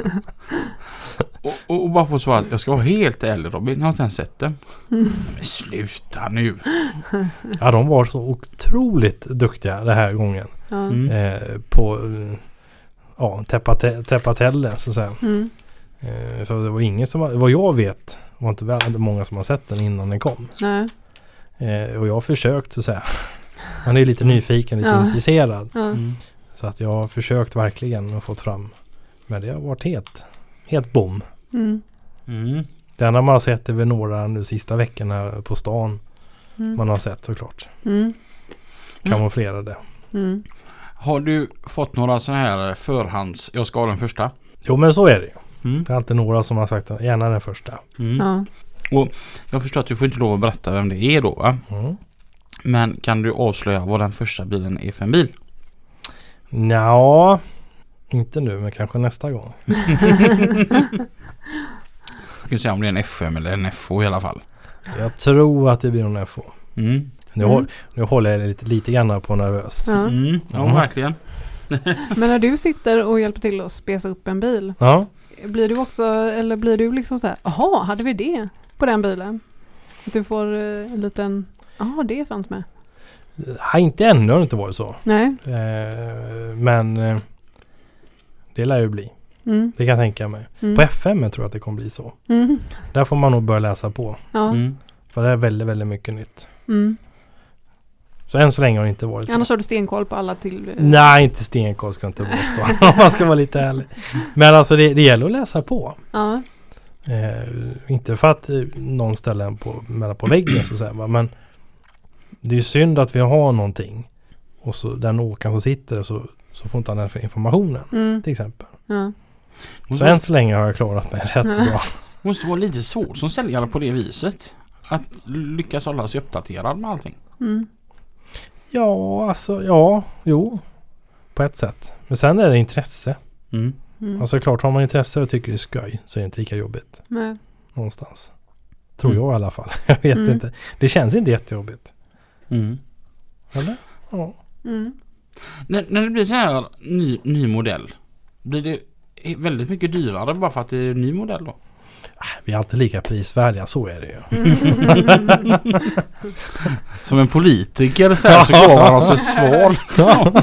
och, och, och bara få så att jag ska vara helt ärlig, Robin, jag har inte ens sett den. Mm. Men sluta nu. Ja, de var så otroligt duktiga den här gången. Ja. Mm. Eh, på eh, ja, täppa- täppatellen så att säga. Mm. Eh, för det var ingen som, vad jag vet, var inte väldigt många som har sett den innan den kom. Nej. Eh, och jag har försökt så att säga. Man är lite nyfiken, lite Ja. intresserad. Ja. Mm. Så att jag har försökt verkligen och fått fram. Men det har varit helt, helt bom. Mm. Mm. Det enda man har sett är väl några nu sista veckorna på stan. Mm. Man har sett såklart. Mm. Kamouflerade. Mm. Har du fått några sådana här förhands... Jag ska ha den första. Jo, men så är det ju. Mm. Det är alltid några som har sagt gärna den första. Mm. Ja. Jag förstår att du får inte lov att berätta vem det är då, va? Mm. Men kan du avslöja vad den första bilen är för en bil? Nja, inte nu men kanske nästa gång. Jag kan säga om det är en F M eller en F O i alla fall. Jag tror att det blir någon F O. Mm. Nu, Mm. håll, nu håller jag lite, lite grann på nervöst. Ja. Mm. Ja, Mm. verkligen. Men när du sitter och hjälper till att spesa upp en bil, Ja. blir du också, eller blir du liksom så här, jaha, hade vi det på den bilen? Att du får eh, en liten, ja det fanns med. Nej, inte ännu har det inte varit så. Nej. Eh, men eh, det lär ju bli. Mm. Det kan jag tänka mig. Mm. På F M tror jag att det kommer bli så. Mm. Där får man nog börja läsa på. Ja. Mm. För det är väldigt, väldigt mycket nytt. Mm. Så än så länge har det inte varit Annars så. har du stenkoll på alla till... eh, Nej, inte stenkoll ska inte vara stå. Om man ska vara lite ärlig. Men alltså det, det gäller att läsa på. Ja. Eh, inte för att eh, någon ställer en på, mellan på väggen så att säga, va? Men det är ju synd att vi har någonting och så den åkaren som sitter så, så får inte han den för informationen Mm. till exempel. Ja. Så än så länge har jag klarat mig rätt så bra. Det måste vara lite svårt som säljare på det viset. Att lyckas hålla sig uppdaterad med allting. Mm. Ja, alltså ja, jo. På ett sätt. Men sen är det intresse. Mm. Mm. Alltså klart, har man intresse och tycker det är skoj så är det inte lika jobbigt Nej. någonstans. Tror Mm. jag i alla fall. Jag vet Mm. inte. Det känns inte jättejobbigt. Mm. Eller? Ja. Mm. När, när det blir så här ny, ny modell, blir det väldigt mycket dyrare bara för att det är en ny modell då? Vi är alltid lika prisvärdiga, så är det ju. Som en politiker så, här, så går man oss ett svar. Liksom.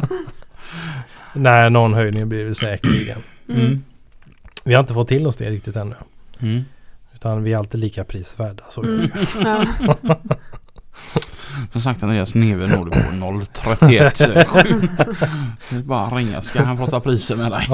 Nej, någon höjning blir det säkerligen. Mm. Vi har inte fått till oss det riktigt ännu. Mm. Utan vi är alltid lika prisvärda, så är det Mm. ju. Ja. Som sagt, Andreas Neve når du på noll trettioett sju. Det är bara ringa, ska han prata priser med dig?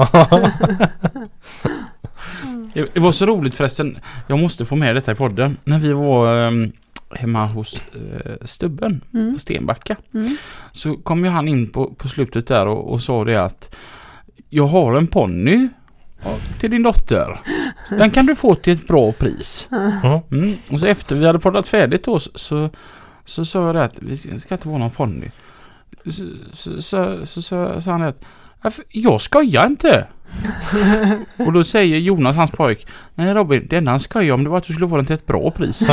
Det var så roligt förresten. Jag måste få med detta i podden. När vi var um, hemma hos uh, Stubben Mm. på Stenbacka. Mm. Så kom ju han in på, på slutet där och, och sa det att jag har en ponny till din dotter. Den kan du få till ett bra pris. Mm. Och så efter vi hade poddat färdigt då så, så, så sa jag det att vi ska inte vara någon ponny. Så, så, så, så, så sa han att jag skojar inte. Och då säger Jonas, hans pojk, nej Robin, det enda han skojar om det var att du skulle få den till ett bra pris.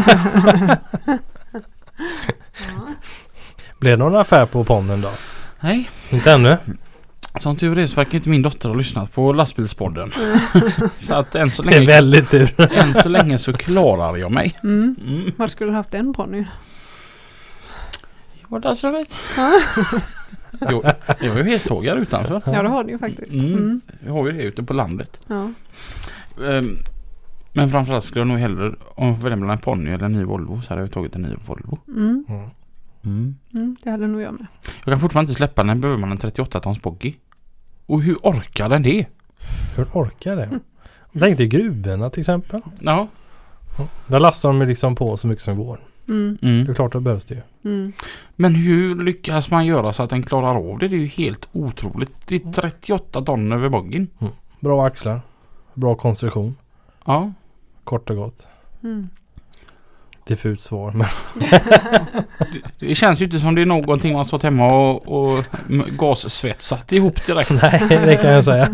Blev det någon affär på ponnen då? Nej. Inte ännu? Som tur är så verkar inte min dotter ha lyssnat på lastbilspodden. Så att än så Det är länge, väldigt tur. än så länge så klarar jag mig. Mm. Mm. Var skulle du haft en ponny? Vardagsrummet. Jo, jag har ju hästtågar utanför. Ja, det har du ju faktiskt. Mm. Mm. Jag har ju det ute på landet. Ja. Um, men framförallt skulle jag nog hellre, om jag får välja en ponny eller en ny Volvo, så hade jag tagit en ny Volvo. Mm. Mm. Mm. Mm. Det hade nog jag med. Jag kan fortfarande inte släppa den, behöver man en trettioåtta tons boggy. Och hur orkar den det? Hur orkar det? Tänk dig gruvorna till exempel. Ja. Där lastar de ju liksom på så mycket som går. Mm. Mm. Det är klart att det behövs det ju. Mm. Men hur lyckas man göra så att den klarar av det? Det är ju helt otroligt. Det är trettioåtta ton över boggin. Bra axlar. Bra konstruktion. Ja. Kort och gott. Mm. Diffust svar. Men Det, det känns ju inte som det är någonting man stått hemma och, och gassvetsat ihop direkt. nej, det kan jag säga.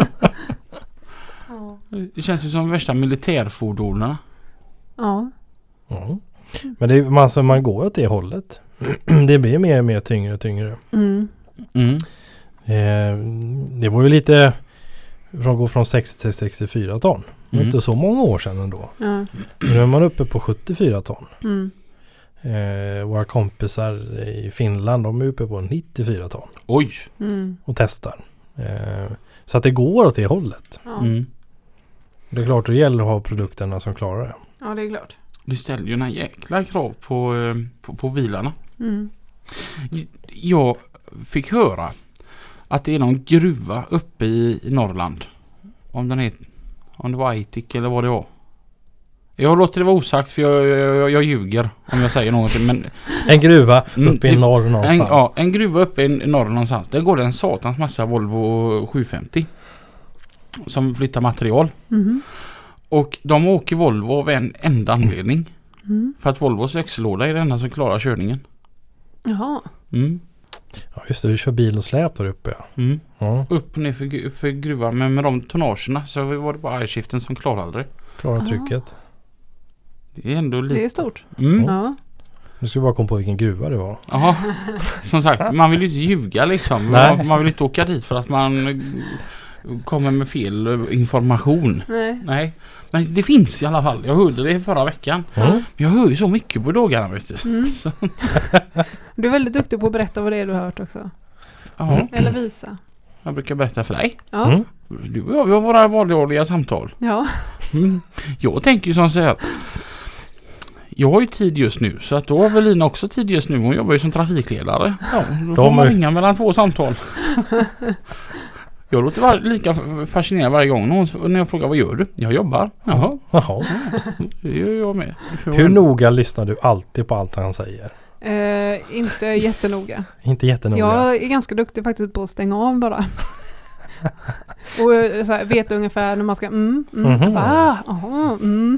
Ja. Det känns ju som värsta militärfordonen. Ja. Mm. Men det är, alltså, man går åt det hållet. Det blir mer och mer tyngre och tyngre. Mm. Mm. Eh, det var ju lite från gå från sextio till sextiofyra ton. Det var Mm. inte så många år sedan ändå. Ja. Nu är man uppe på sjuttiofyra ton. Mm. Eh, våra kompisar i Finland, de är uppe på nittiofyra ton Oj. Mm. och testar. Eh, så att det går åt det hållet. Ja. Mm. Det är klart att det gäller att ha produkterna som klarar det. Ja, det är klart. Det ställer ju en jäkla krav på, eh, på, på bilarna. Mm. Jag fick höra att det är någon gruva uppe i, i Norrland. Om den är, om det var Aitik eller vad det var. Jag låter det vara osagt för jag, jag, jag, jag ljuger om jag säger någonting. Men, En gruva Mm, uppe i det- norr någonstans. en, ja, en gruva uppe i, i norr någonstans. Där går det en satans massa Volvo sjuhundrafemtio. Som flyttar material. Mhm. Och de åker Volvo av en enda anledning. Mm. För att Volvos växellåda är den enda som klarar körningen. Jaha. Mm. Ja, just det, du kör bil och släp där uppe. Ja. Mm. Ja, Upp och ner för, gru- för gruvan. Men med de tonnagerna så var det bara I-shiften som klarade det. klara Ah. trycket. Det är ändå lite... Det är stort. Mm. Ja. Nu ska vi bara komma på vilken gruva det var. Jaha. Som sagt, man vill ju inte ljuga liksom. Nej. Man, man vill inte åka dit för att man eh, kommer med fel eh, information. Nej. Nej. Men det finns i alla fall. Jag hörde det förra veckan. Mm. Men jag hör ju så mycket på dagarna, vet du. Mm. Så. Du är väldigt duktig på att berätta vad det är du har hört också. Ja, Mm. Eller visa. jag brukar berätta för dig. Ja. Mm. Du och jag, vi har våra vardagliga samtal. Ja. Mm. Jag tänker ju som så här. Jag har ju tid just nu, så att då har väl Lina också tid just nu. Hon jobbar ju som trafikledare. Ja, då får De man är- ringa mellan två samtal. Jag låter var, lika f- fascinerad varje gång när, hon, när jag frågar vad gör du? Jag jobbar. Jaha, Jaha. det gör jag med. Hur noga lyssnar du alltid på allt han säger? Eh, inte jättenoga. Inte jättenoga. Jag är ganska duktig faktiskt på att stänga av bara. Och eh, så här, vet ungefär när man ska mm, mm, Mhm. bara, ah, aha, mm.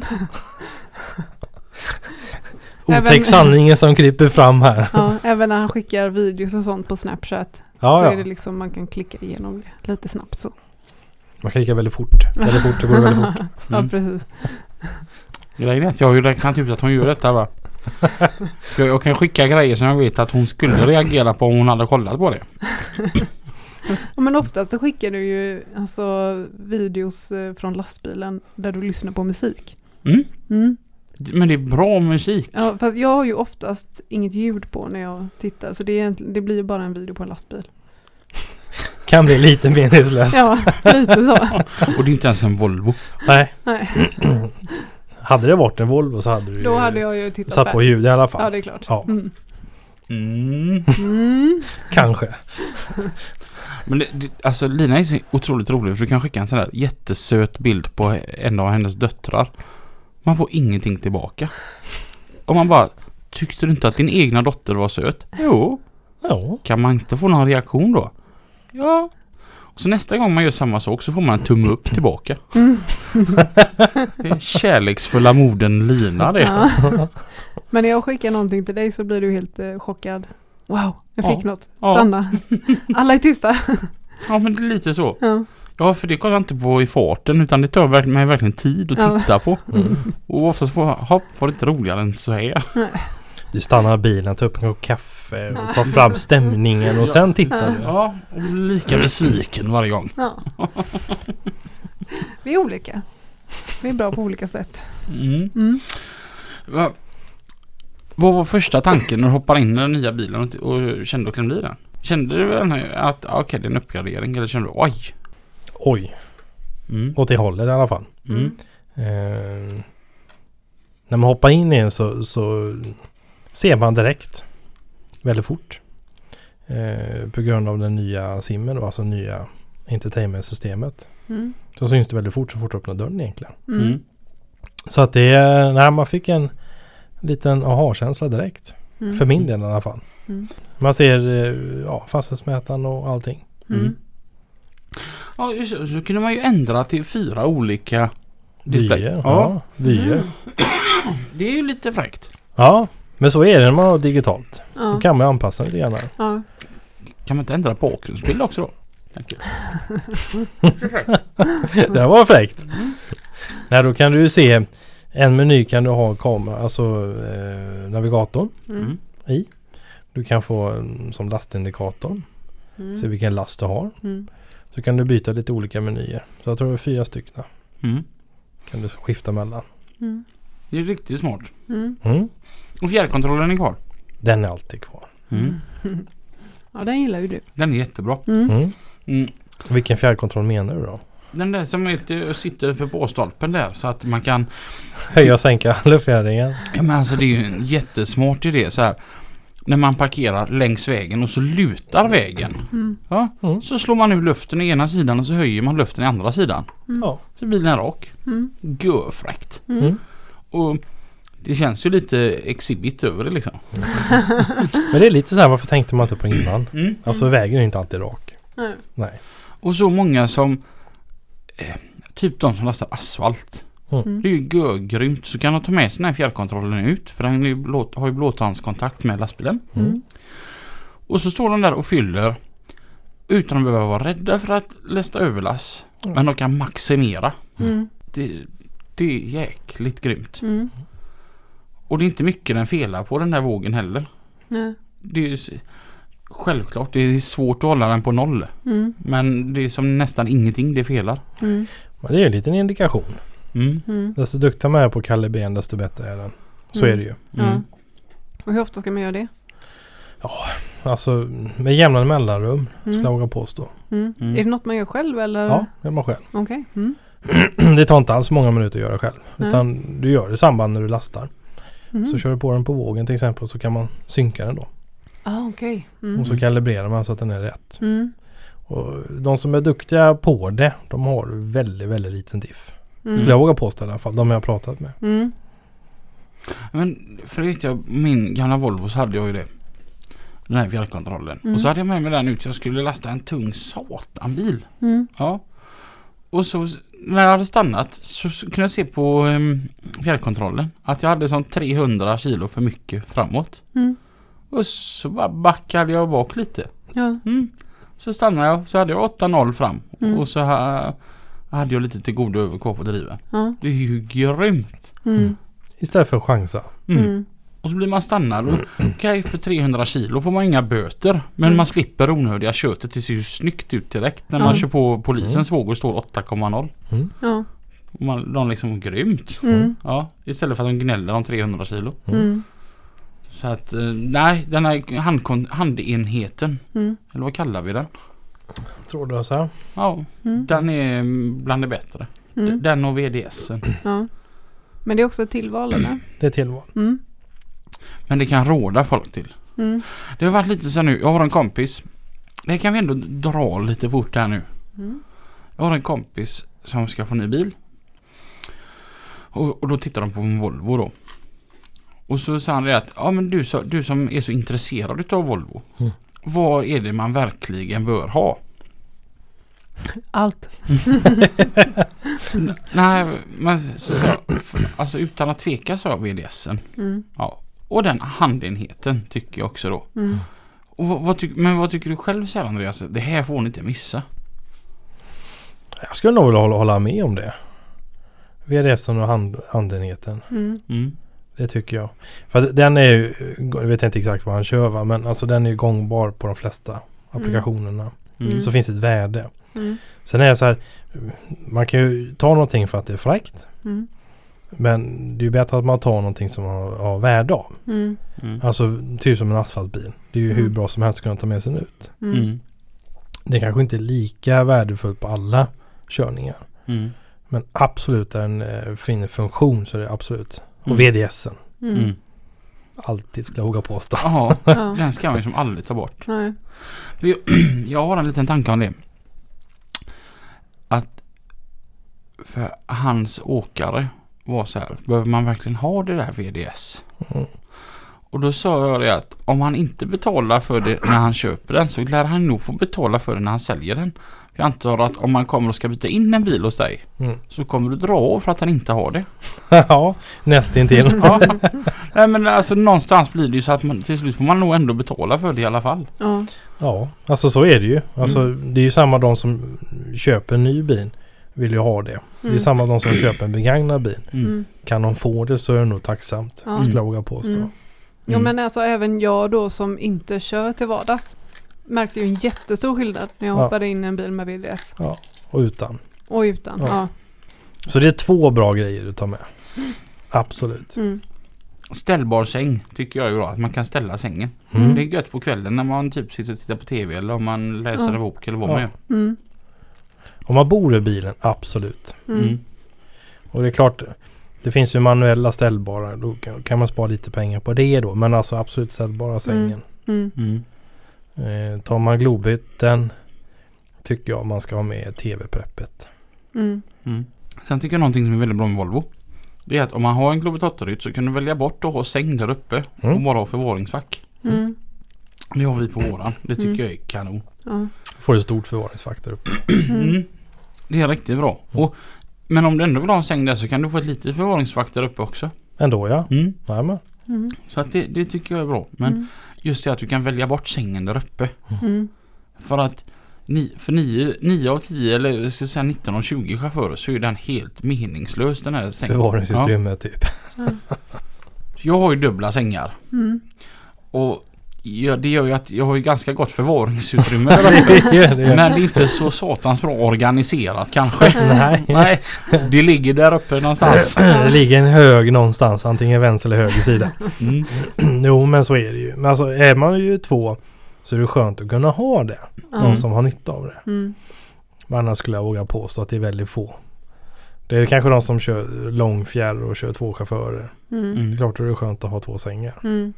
Otäck även- sanningen som kryper fram här. Ja, även när han skickar videos och sånt på Snapchat Ja, så ja. är det liksom man kan klicka igenom det lite snabbt så. Man klickar väldigt fort. Väldigt fort så går det väldigt fort. Ja, Mm. precis. Grejen är att jag har ju räknat ut att hon gör detta, va? jag, jag kan skicka grejer som jag vet att hon skulle reagera på om hon hade kollat på det. Ja, men oftast så skickar du ju alltså videos eh, från lastbilen där du lyssnar på musik. Mm. Mm. Men det är bra musik. Ja, fast jag har ju oftast inget ljud på när jag tittar så det, är, egentligen- det blir ju bara en video på en lastbil. Kan bli lite meningslöst. Ja, lite så. Och det är inte ens en Volvo. Nej. Nej. Hade det varit en Volvo så hade du Då ju hade jag ju tittat satt på ljud i alla fall. Ja, det är klart. Ja. Mm. Mm. Mm. Kanske. Men det, det, alltså Lina är så otroligt rolig för du kan skicka en sån där jättesöt bild på en av hennes döttrar. Man får ingenting tillbaka. Och man bara, tyckte du inte att din egna dotter var söt? Jo. Ja. Kan man inte få någon reaktion då? Ja. Och så nästa gång man gör samma sak så får man en tumme upp tillbaka. Mm. Det är kärleksfulla moden Lina det. Ja. Men när jag skickar någonting till dig så blir du helt eh, chockad. Wow, jag fick Ja. något. Ja. Stanna. Alla är tysta. Ja, men det är lite så. Ja. Ja, för det kollar jag inte på i farten utan det tar mig verkligen tid att Ja. titta på. Mm. Och oftast får hopp, var det inte roligare än så här. Du stannar bilen, tar upp en kopp kaffe och tar fram stämningen och sen tittar du. Ja, och lika besviken varje gång. Ja. Vi är olika. Vi är bra på olika sätt. Mm. Mm. Va, vad var första tanken när du hoppade in i den nya bilen och, och kände att klämde i den? Kände du den här, att okej, okay, det är en uppgradering eller kände du oj? Oj, Mm. åt det hållet i alla fall. Mm. Eh, när man hoppar in i en så, så ser man direkt väldigt fort. Eh, på grund av den nya simmen då, alltså nya entertainment-systemet. Mm. Så syns det väldigt fort så fort du öppnar dörren egentligen. Mm. Mm. Så att det, nej, man fick en liten aha-känsla direkt. Mm. För min del i alla fall. Mm. Man ser eh, ja, fastighetsmätaren och allting. Mm. Ja, just, så, så kunde man ju ändra till fyra olika display. Vyer. Ja. Ja, vyer. Det är ju lite fräckt. Ja, men så är det när man har digitalt. Då Ja. kan man anpassa lite grann. Ja. Kan man inte ändra bakgrundsbild också då? Tänker Det var fräckt. Nej, då kan du ju se en meny kan du ha kamera, alltså eh, navigatorn Mm. Mm. i. Du kan få en, som lastindikatorn, Mm. se vilken last du har. Mm. Så kan du byta lite olika menyer. Så jag tror det är fyra stycken. Mm. Kan du skifta mellan. Mm. Det är riktigt smart. Mm. Mm. Och fjärrkontrollen är kvar. Den är alltid kvar. Mm. Ja, den gillar ju du. Den är jättebra. Mm. Mm. Mm. Vilken fjärrkontroll menar du då? Den där som heter, sitter uppe på stolpen där så att man kan... Höja och sänka luftfjädringen. Ja, men alltså det är ju en jättesmart idé så här. När man parkerar längs vägen och så lutar vägen. Mm. Ja, Mm. så slår man ur luften i ena sidan och så höjer man luften i andra sidan. Mm. Ja. Så blir den rak. Mm. Görfräckt. Mm. Mm. Och det känns ju lite exhibit över det liksom. Men det är lite så här, varför tänkte man inte på innan? Mm. Alltså vägen är inte alltid rak. Nej. Nej. Och så många som eh, typ de som lastar asfalt. Mm. Det är ju görgrymt. Så kan de ta med sig den här fjärrkontrollen ut. För den är ju blå, har ju blåtandskontakt med lastbilen. Mm. Och så står de där och fyller utan att behöva vara rädda för att lästa överlass. Mm. Men de kan maximera. Mm. Det, det är jäkligt grymt. Mm. Och det är inte mycket den felar på den där vågen heller. Nej. Det är ju s- självklart, det är svårt att hålla den på noll. Mm. Men det är som nästan ingenting det felar. Mm. Men det är en liten indikation. Mm. Mm. Desto duktigare man är på kalibrering desto bättre är den. Så Mm. är det ju. Ja. Mm. Och hur ofta ska man göra det? Alltså med jämna mellanrum skulle jag Mm. våga påstå. Mm. Mm. Är det något man gör själv eller? Ja, gör man själv. Okej. Mm. Det tar inte alls många minuter att göra själv. Nej. Utan du gör det i samband när du lastar. Mm. Så kör du på den på vågen till exempel så kan man synka den då. Ah, okej. Mm. Och så kalibrerar man så att den är rätt. Mm. Och de som är duktiga på det, de har väldigt, väldigt liten diff. Mm. Skulle jag våga påstå i alla fall, de jag har pratat med. Mm. Men för det vet jag, min gamla Volvo så hade jag ju det. Den här fjärrkontrollen. Mm. Och så hade jag med mig den ut så jag skulle lasta en tung satanbil. Mm. Ja. Och så s- när jag hade stannat så, så kunde jag se på um, fjärrkontrollen att jag hade som trehundra kilo för mycket framåt. Mm. Och så bara backade jag bak lite. Ja. Mm. Så stannade jag så hade jag åtta noll fram. Mm. Och så ha, hade jag lite till godo över kvar på driven. Ja. Det är ju grymt. Mm. Istället för att chansa. Mm. Mm. Och så blir man stannad och okej okay, för trehundra kilo får man inga böter. Men Mm. man slipper onödiga köttet. Det ser ju snyggt ut direkt när Ja. man kör på polisens våg och står åtta komma noll. Mm. Ja. Och man, de liksom grymt. Mm. Ja, istället för att de gnäller om trehundra kilo. Mm. Så att eh, nej, den här handkon- handenheten. Mm. Eller vad kallar vi den? Trådlösa. Ja, Mm. den är mm, bland det bättre. D- Mm. Den och V D S. Ja. Men det är också ett tillval, eller? Det är tillval. Mm. Men det kan råda folk till. Mm. Det har varit lite så nu. Jag har en kompis. Det kan vi ändå dra lite fort här nu. Mm. Jag har en kompis som ska få en ny bil. Och, och då tittar de på en Volvo då. Och så sa han det att ja, men du, så, du som är så intresserad av Volvo. Mm. Vad är det man verkligen bör ha? Allt. N- nej, men så, så, alltså utan att tveka så V D S:en. Mm. Ja. Och den handenheten tycker jag också då. Mm. Och vad, vad tyck, men vad tycker du själv så här, Andreas? Det här får ni inte missa. Jag skulle nog vilja hålla, hålla med om det. V D S:en och hand, handenheten. Mm. Mm. Det tycker jag. För att den är ju, jag vet inte exakt vad han kör va, men alltså den är ju gångbar på de flesta applikationerna. Mm. Så finns det ett värde. Mm. Sen är det så här, man kan ju ta någonting för att det är fräckt. Mm. Men det är ju bättre att man tar någonting som har, har värde av. Mm. Mm. Alltså typ som en asfaltbil. Det är ju Mm. hur bra som helst att kunna ta med sig ut. Mm. Mm. Det kanske inte är lika värdefullt på alla körningar. Mm. Men absolut är en eh, fin funktion så är det absolut. Och Mm. V D S:en. Mm. Mm. Alltid skulle jag våga påstå. Jaha, Ja. den ska man ju som aldrig ta bort. Nej. Jag har en liten tanke om det. Att för hans åkare var så här, behöver man verkligen ha det där V D S? Mm. Och då sa jag det att om han inte betalar för det när han köper den så lär han nog få betala för det när han säljer den. För jag antar att om man kommer och ska byta in en bil hos dig Mm. så kommer du dra av för att han inte har det. Ja, nästintill. Ja. Nej, men alltså någonstans blir det ju så att man, till slut får man nog ändå betala för det i alla fall. Ja. Ja, alltså så är det ju. Alltså Mm. det är ju samma de som köper en ny bil vill ju ha det. Det är Mm. samma de som köper en begagnad bil. Mm. Mm. Kan de få det så är det nog tacksamt. Ja. Skulle jag våga påstå. Mm. Jo, men alltså även jag då som inte kör till vardags märkte ju en jättestor skillnad när jag Ja. hoppade in i en bil med V D S. Ja, och utan. Och utan. Ja. Ja. Så det är två bra grejer du tar med. Absolut. Mm. Ställbar säng tycker jag är bra. Att man kan ställa sängen. Mm. Det är gött på kvällen när man typ sitter och tittar på tv eller om man läser Ja. en bok eller vad Ja. man gör. Mm. Om man bor i bilen, absolut. Mm. Mm. Och det är klart, det finns ju manuella ställbara. Då kan, kan man spara lite pengar på det då. Men alltså absolut ställbara sängen. Mm. Mm. Eh, tar man globytten tycker jag man ska ha med tv-preppet. Mm. Mm. Sen tycker jag någonting som är väldigt bra med Volvo. Det är att om man har en Globetrotterhytt så kan du välja bort att ha säng där uppe Mm. och bara ha förvaringsfack. Mm. Det har vi på våran. Det tycker Mm. jag är kanon. Ja. Får ett stort förvaringsfack där uppe. Mm. Det är riktigt bra. Mm. Och, men om du ändå vill ha en säng där så kan du få ett litet förvaringsfack där uppe också. Ändå ja. Mm. Jajamän. Mm. Så att det, det tycker jag är bra. Men Mm. just det att du kan välja bort sängen där uppe. Mm. För att ni, för nio, nio av tio eller jag ska säga nitton av tjugo chaufförer så är den helt meningslös den här sängen. Förvaringsutrymme typ. Ja. Jag har ju dubbla sängar. Mm. Och ja, det gör ju att jag har ju ganska gott förvaringsutrymme där uppe. det gör det. Men det är inte så satans bra organiserat kanske. Nej. Nej, det ligger där uppe någonstans. Det ligger en hög någonstans. Antingen vänster eller höger sida. Mm. Jo men så är det ju. Men alltså är man ju två så är det skönt att kunna ha det. Ja. De som har nytta av det. Mm. Men annars skulle jag våga påstå att det är väldigt få. Det är kanske de som kör långfjärr och kör två chaufförer. Mm. Mm. Klart är det skönt att ha två sängar. Mm.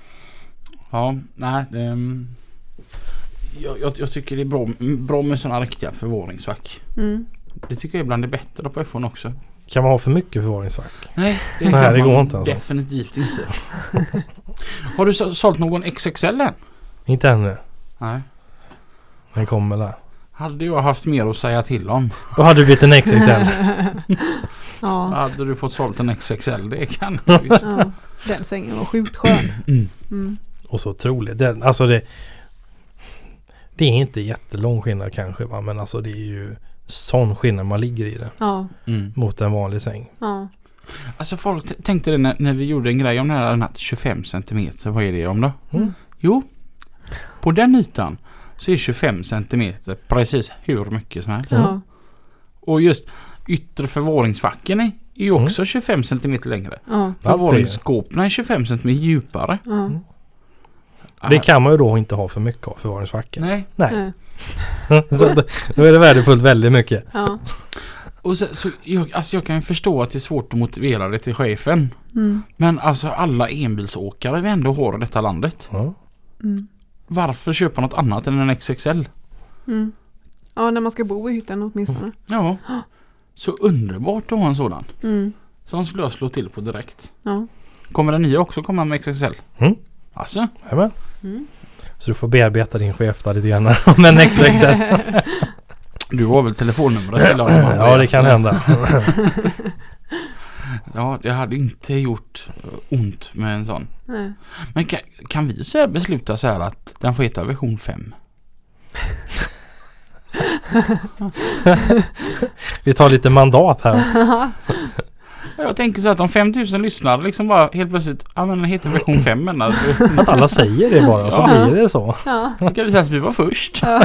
Ja, nej. Det, jag, jag, jag tycker det är bra, bra med sådana riktiga förvaringsfack. Mm. Det tycker jag är bland det bättre på F ett också. Kan man ha för mycket förvaringsfack? Nej, det, Nej, kan det man går inte alltså. definitivt inte. Har du så, sålt någon X X L än? Inte ännu. Nej. Den kommer där. Hade jag haft mer att säga till om. Då hade du blivit en X X L. Ja. Hade du fått sålt en X X L, det kan Ja. Den sängen var sjukt skön. mm. Mm. Och så otroligt. Den, alltså det, det är inte jättelång skillnad kanske va? Men alltså det är ju sån skillnad man ligger i det. Ja. Mm. Mot en vanlig säng. Ja. Alltså folk t- tänkte det när, när vi gjorde en grej om den här, den här tjugofem centimeter. Vad är det om då? Mm. Jo, på den ytan så är tjugofem centimeter precis hur mycket som helst. Ja. Och just yttre förvaringsfacken är ju också tjugofem centimeter längre. Ja. Förvaringsskåpen är tjugofem centimeter djupare. Ja. Det kan man ju då inte ha för mycket av förvaringsfacken. Nej. Nej. Nej. Så då, då är det värdefullt väldigt mycket. Ja. Och så, så jag, alltså jag kan ju förstå att det är svårt att motivera det till chefen. Mm. Men alltså alla enbilsåkare vi ändå har i detta landet. Ja. Mm. Varför köpa något annat än en X X L? Mm. Ja, när man ska bo i hytten åtminstone. Ja. Så underbart att ha en sådan. Mm. Sån skulle jag slå till på direkt. Ja. Kommer den nya också komma med X X L? Mm. Alltså? Amen. Mm. Så du får bearbeta din chef där lite grann om en X X L. Du har väl telefonnumret till honom? Ja, det kan hända. Ja, det hade inte gjort ont med en sån. Nej. Men kan, kan vi så här besluta så här att den får heta version fem? Vi tar lite mandat här. Jag tänker så att om fem tusen lyssnare liksom bara helt plötsligt, ja men den heter version fem, men Att alla säger det bara, så Ja. blir det så. Ja. så kan vi säga att vi var först. Ja.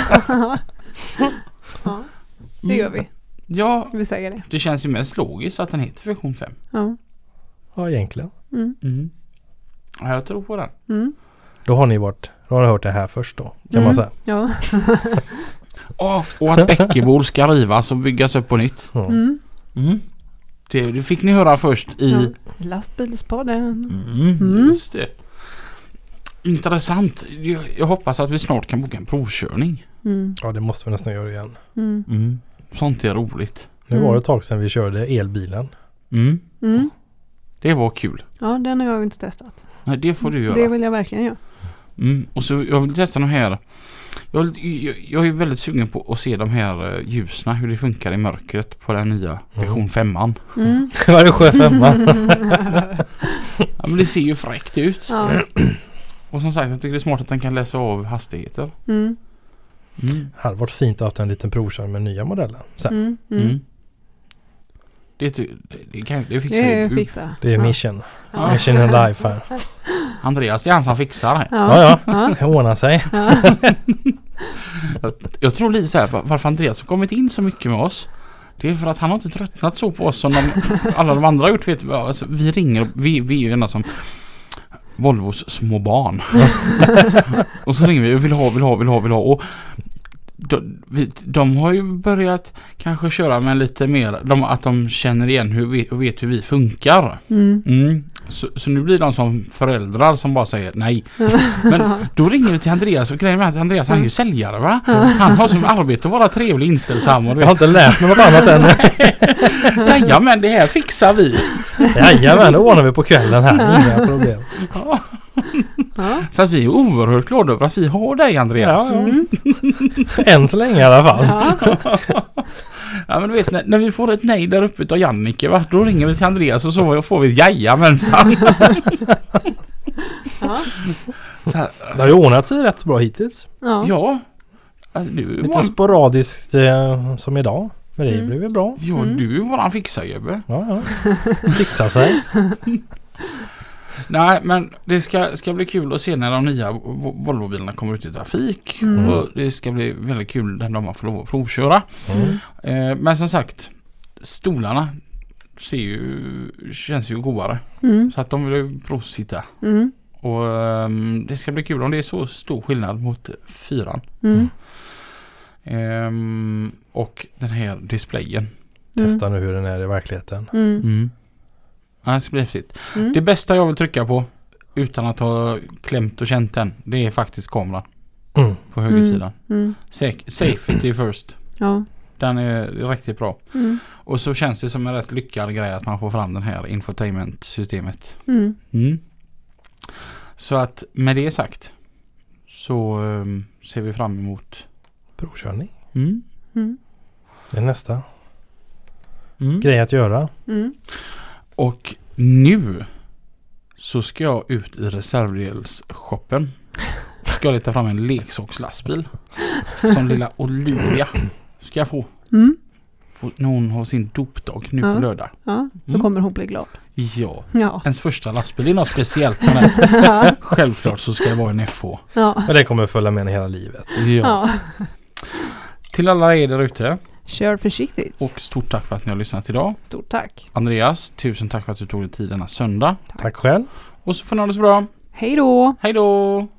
Ja, det gör vi. Ja, Vi säger det. det känns ju mest logiskt att den heter version fem. Ja. Ja, egentligen. Mm. Mm. Ja, jag tror på den. Mm. Då har ni varit, då har ni hört det här först då, kan Mm. man säga. Ja. Ja, och att Bäckebol ska rivas och byggas upp på nytt. Ja. Mm. Mm. Det, det fick ni höra först i... Ja. Lastbilspodden. Mm, Mm. just det. Intressant. Jag, jag hoppas att vi snart kan boka en provkörning. Mm. Ja, det måste vi nästan göra igen. Mm. Mm. Sånt är roligt. Nu Mm. var det ett tag sedan vi körde elbilen. Mm. Mm. Det var kul. Ja, den har jag inte testat. Nej, det får du göra. Det vill jag verkligen göra. Mm. Och så jag vill testa de här. Jag, jag, jag är väldigt sugen på att se de här uh, ljusna, hur det funkar i mörkret på den nya version femman. Mm. Var det sjufemma? Ja, men det ser ju fräckt ut. Ja. Och som sagt, jag tycker det är smart att den kan läsa av hastigheter. Mm. Mm. Det hade varit fint att ha en liten provkörning med nya modellen. Sen. Mm. Mm. Mm. Det, det, det, kan, det fixar Det du. fixar. Det är Ja. mission. Ja. Mission in life här. Andreas, det är han som fixar det. Ja, Ja. ja. Ja. Det ordnar sig. Ja. Jag, jag tror lite så här, var- varför Andreas har kommit in så mycket med oss. Det är för att han har inte tröttnat så på oss som de, alla de andra har gjort. Vet, vi. Alltså, vi ringer och vi, vi är ju ena som Volvos små barn. Och så ringer vi och vill ha, vill ha, vill ha, vill ha. Och de, vi, de har ju börjat kanske köra med lite mer, de, att de känner igen hur vi, och vet hur vi funkar. Mm. Mm. Så, så nu blir de som föräldrar som bara säger nej. Men då ringer vi till Andreas och grejen med att Andreas han är ju säljare, va? Han har som arbete att vara trevlig, inställsam. Och Jag har inte lärt mig något annat än. ja, men det här fixar vi. Jajamän, det ordnar vi på kvällen här. Inga problem. Ja. Ja. Så att vi är oerhört glada över att vi har dig, Andreas. Ja, Mm. än så länge i alla fall. Ja. Ja, men du vet, när, när vi får ett nej där uppe av Jannike, va? Då ringer vi till Andreas och så får vi ett jajamensan. Ja. Så här, Det har ju ordnat sig rätt bra hittills. Ja. ja. Alltså, du, är Lite vår, sporadiskt eh, som idag. Men det Mm. blev ju bra. ja, Mm. du är våran fixargubbe. Ja, ja. Fixa sig. Nej, men det ska, ska bli kul att se när de nya Vo- Volvo-bilarna kommer ut i trafik. Mm. Och det ska bli väldigt kul när de har fått lov att provköra. Mm. Eh, men som sagt, stolarna ser ju, känns ju godare. Mm. Så att de vill ju provsitta. Mm. Och ehm, det ska bli kul om det är så stor skillnad mot fyran. Mm. Ehm, och den här displayen. Testa nu hur den är i verkligheten. Mm. Mm. Ja, det ska bli häftigt. Mm. Det bästa jag vill trycka på utan att ha klämt och känt den, det är faktiskt kameran Mm. på högersidan. Mm. Sa- Safety first. Ja. Den är riktigt bra. Mm. Och så känns det som en rätt lyckad grej att man får fram den här infotainment-systemet. Mm. Mm. Så att med det sagt så ehm, ser vi fram emot Provkörning. mm. Mm. Det är nästa Mm. grej att göra. Mm. Och nu så ska jag ut i reservdelsshoppen. Ska jag leta fram en leksakslastbil som lilla Olivia ska jag få. Mm. Få- när hon har sin dopdag nu Ja. på lördag. Ja, då Mm. kommer hon bli glad. Ja, Ja. ens första lastbil är något speciellt med den. Självklart så ska det vara en F H. Ja. Men det kommer följa med hela livet. Ja. Ja. Till alla er där ute. Kör försiktigt. Och stort tack för att ni har lyssnat idag. Stort tack. Andreas, tusen tack för att du tog dig tid denna söndag. Tack själv. Och så får ni ha det så bra. Hej då! Hej då!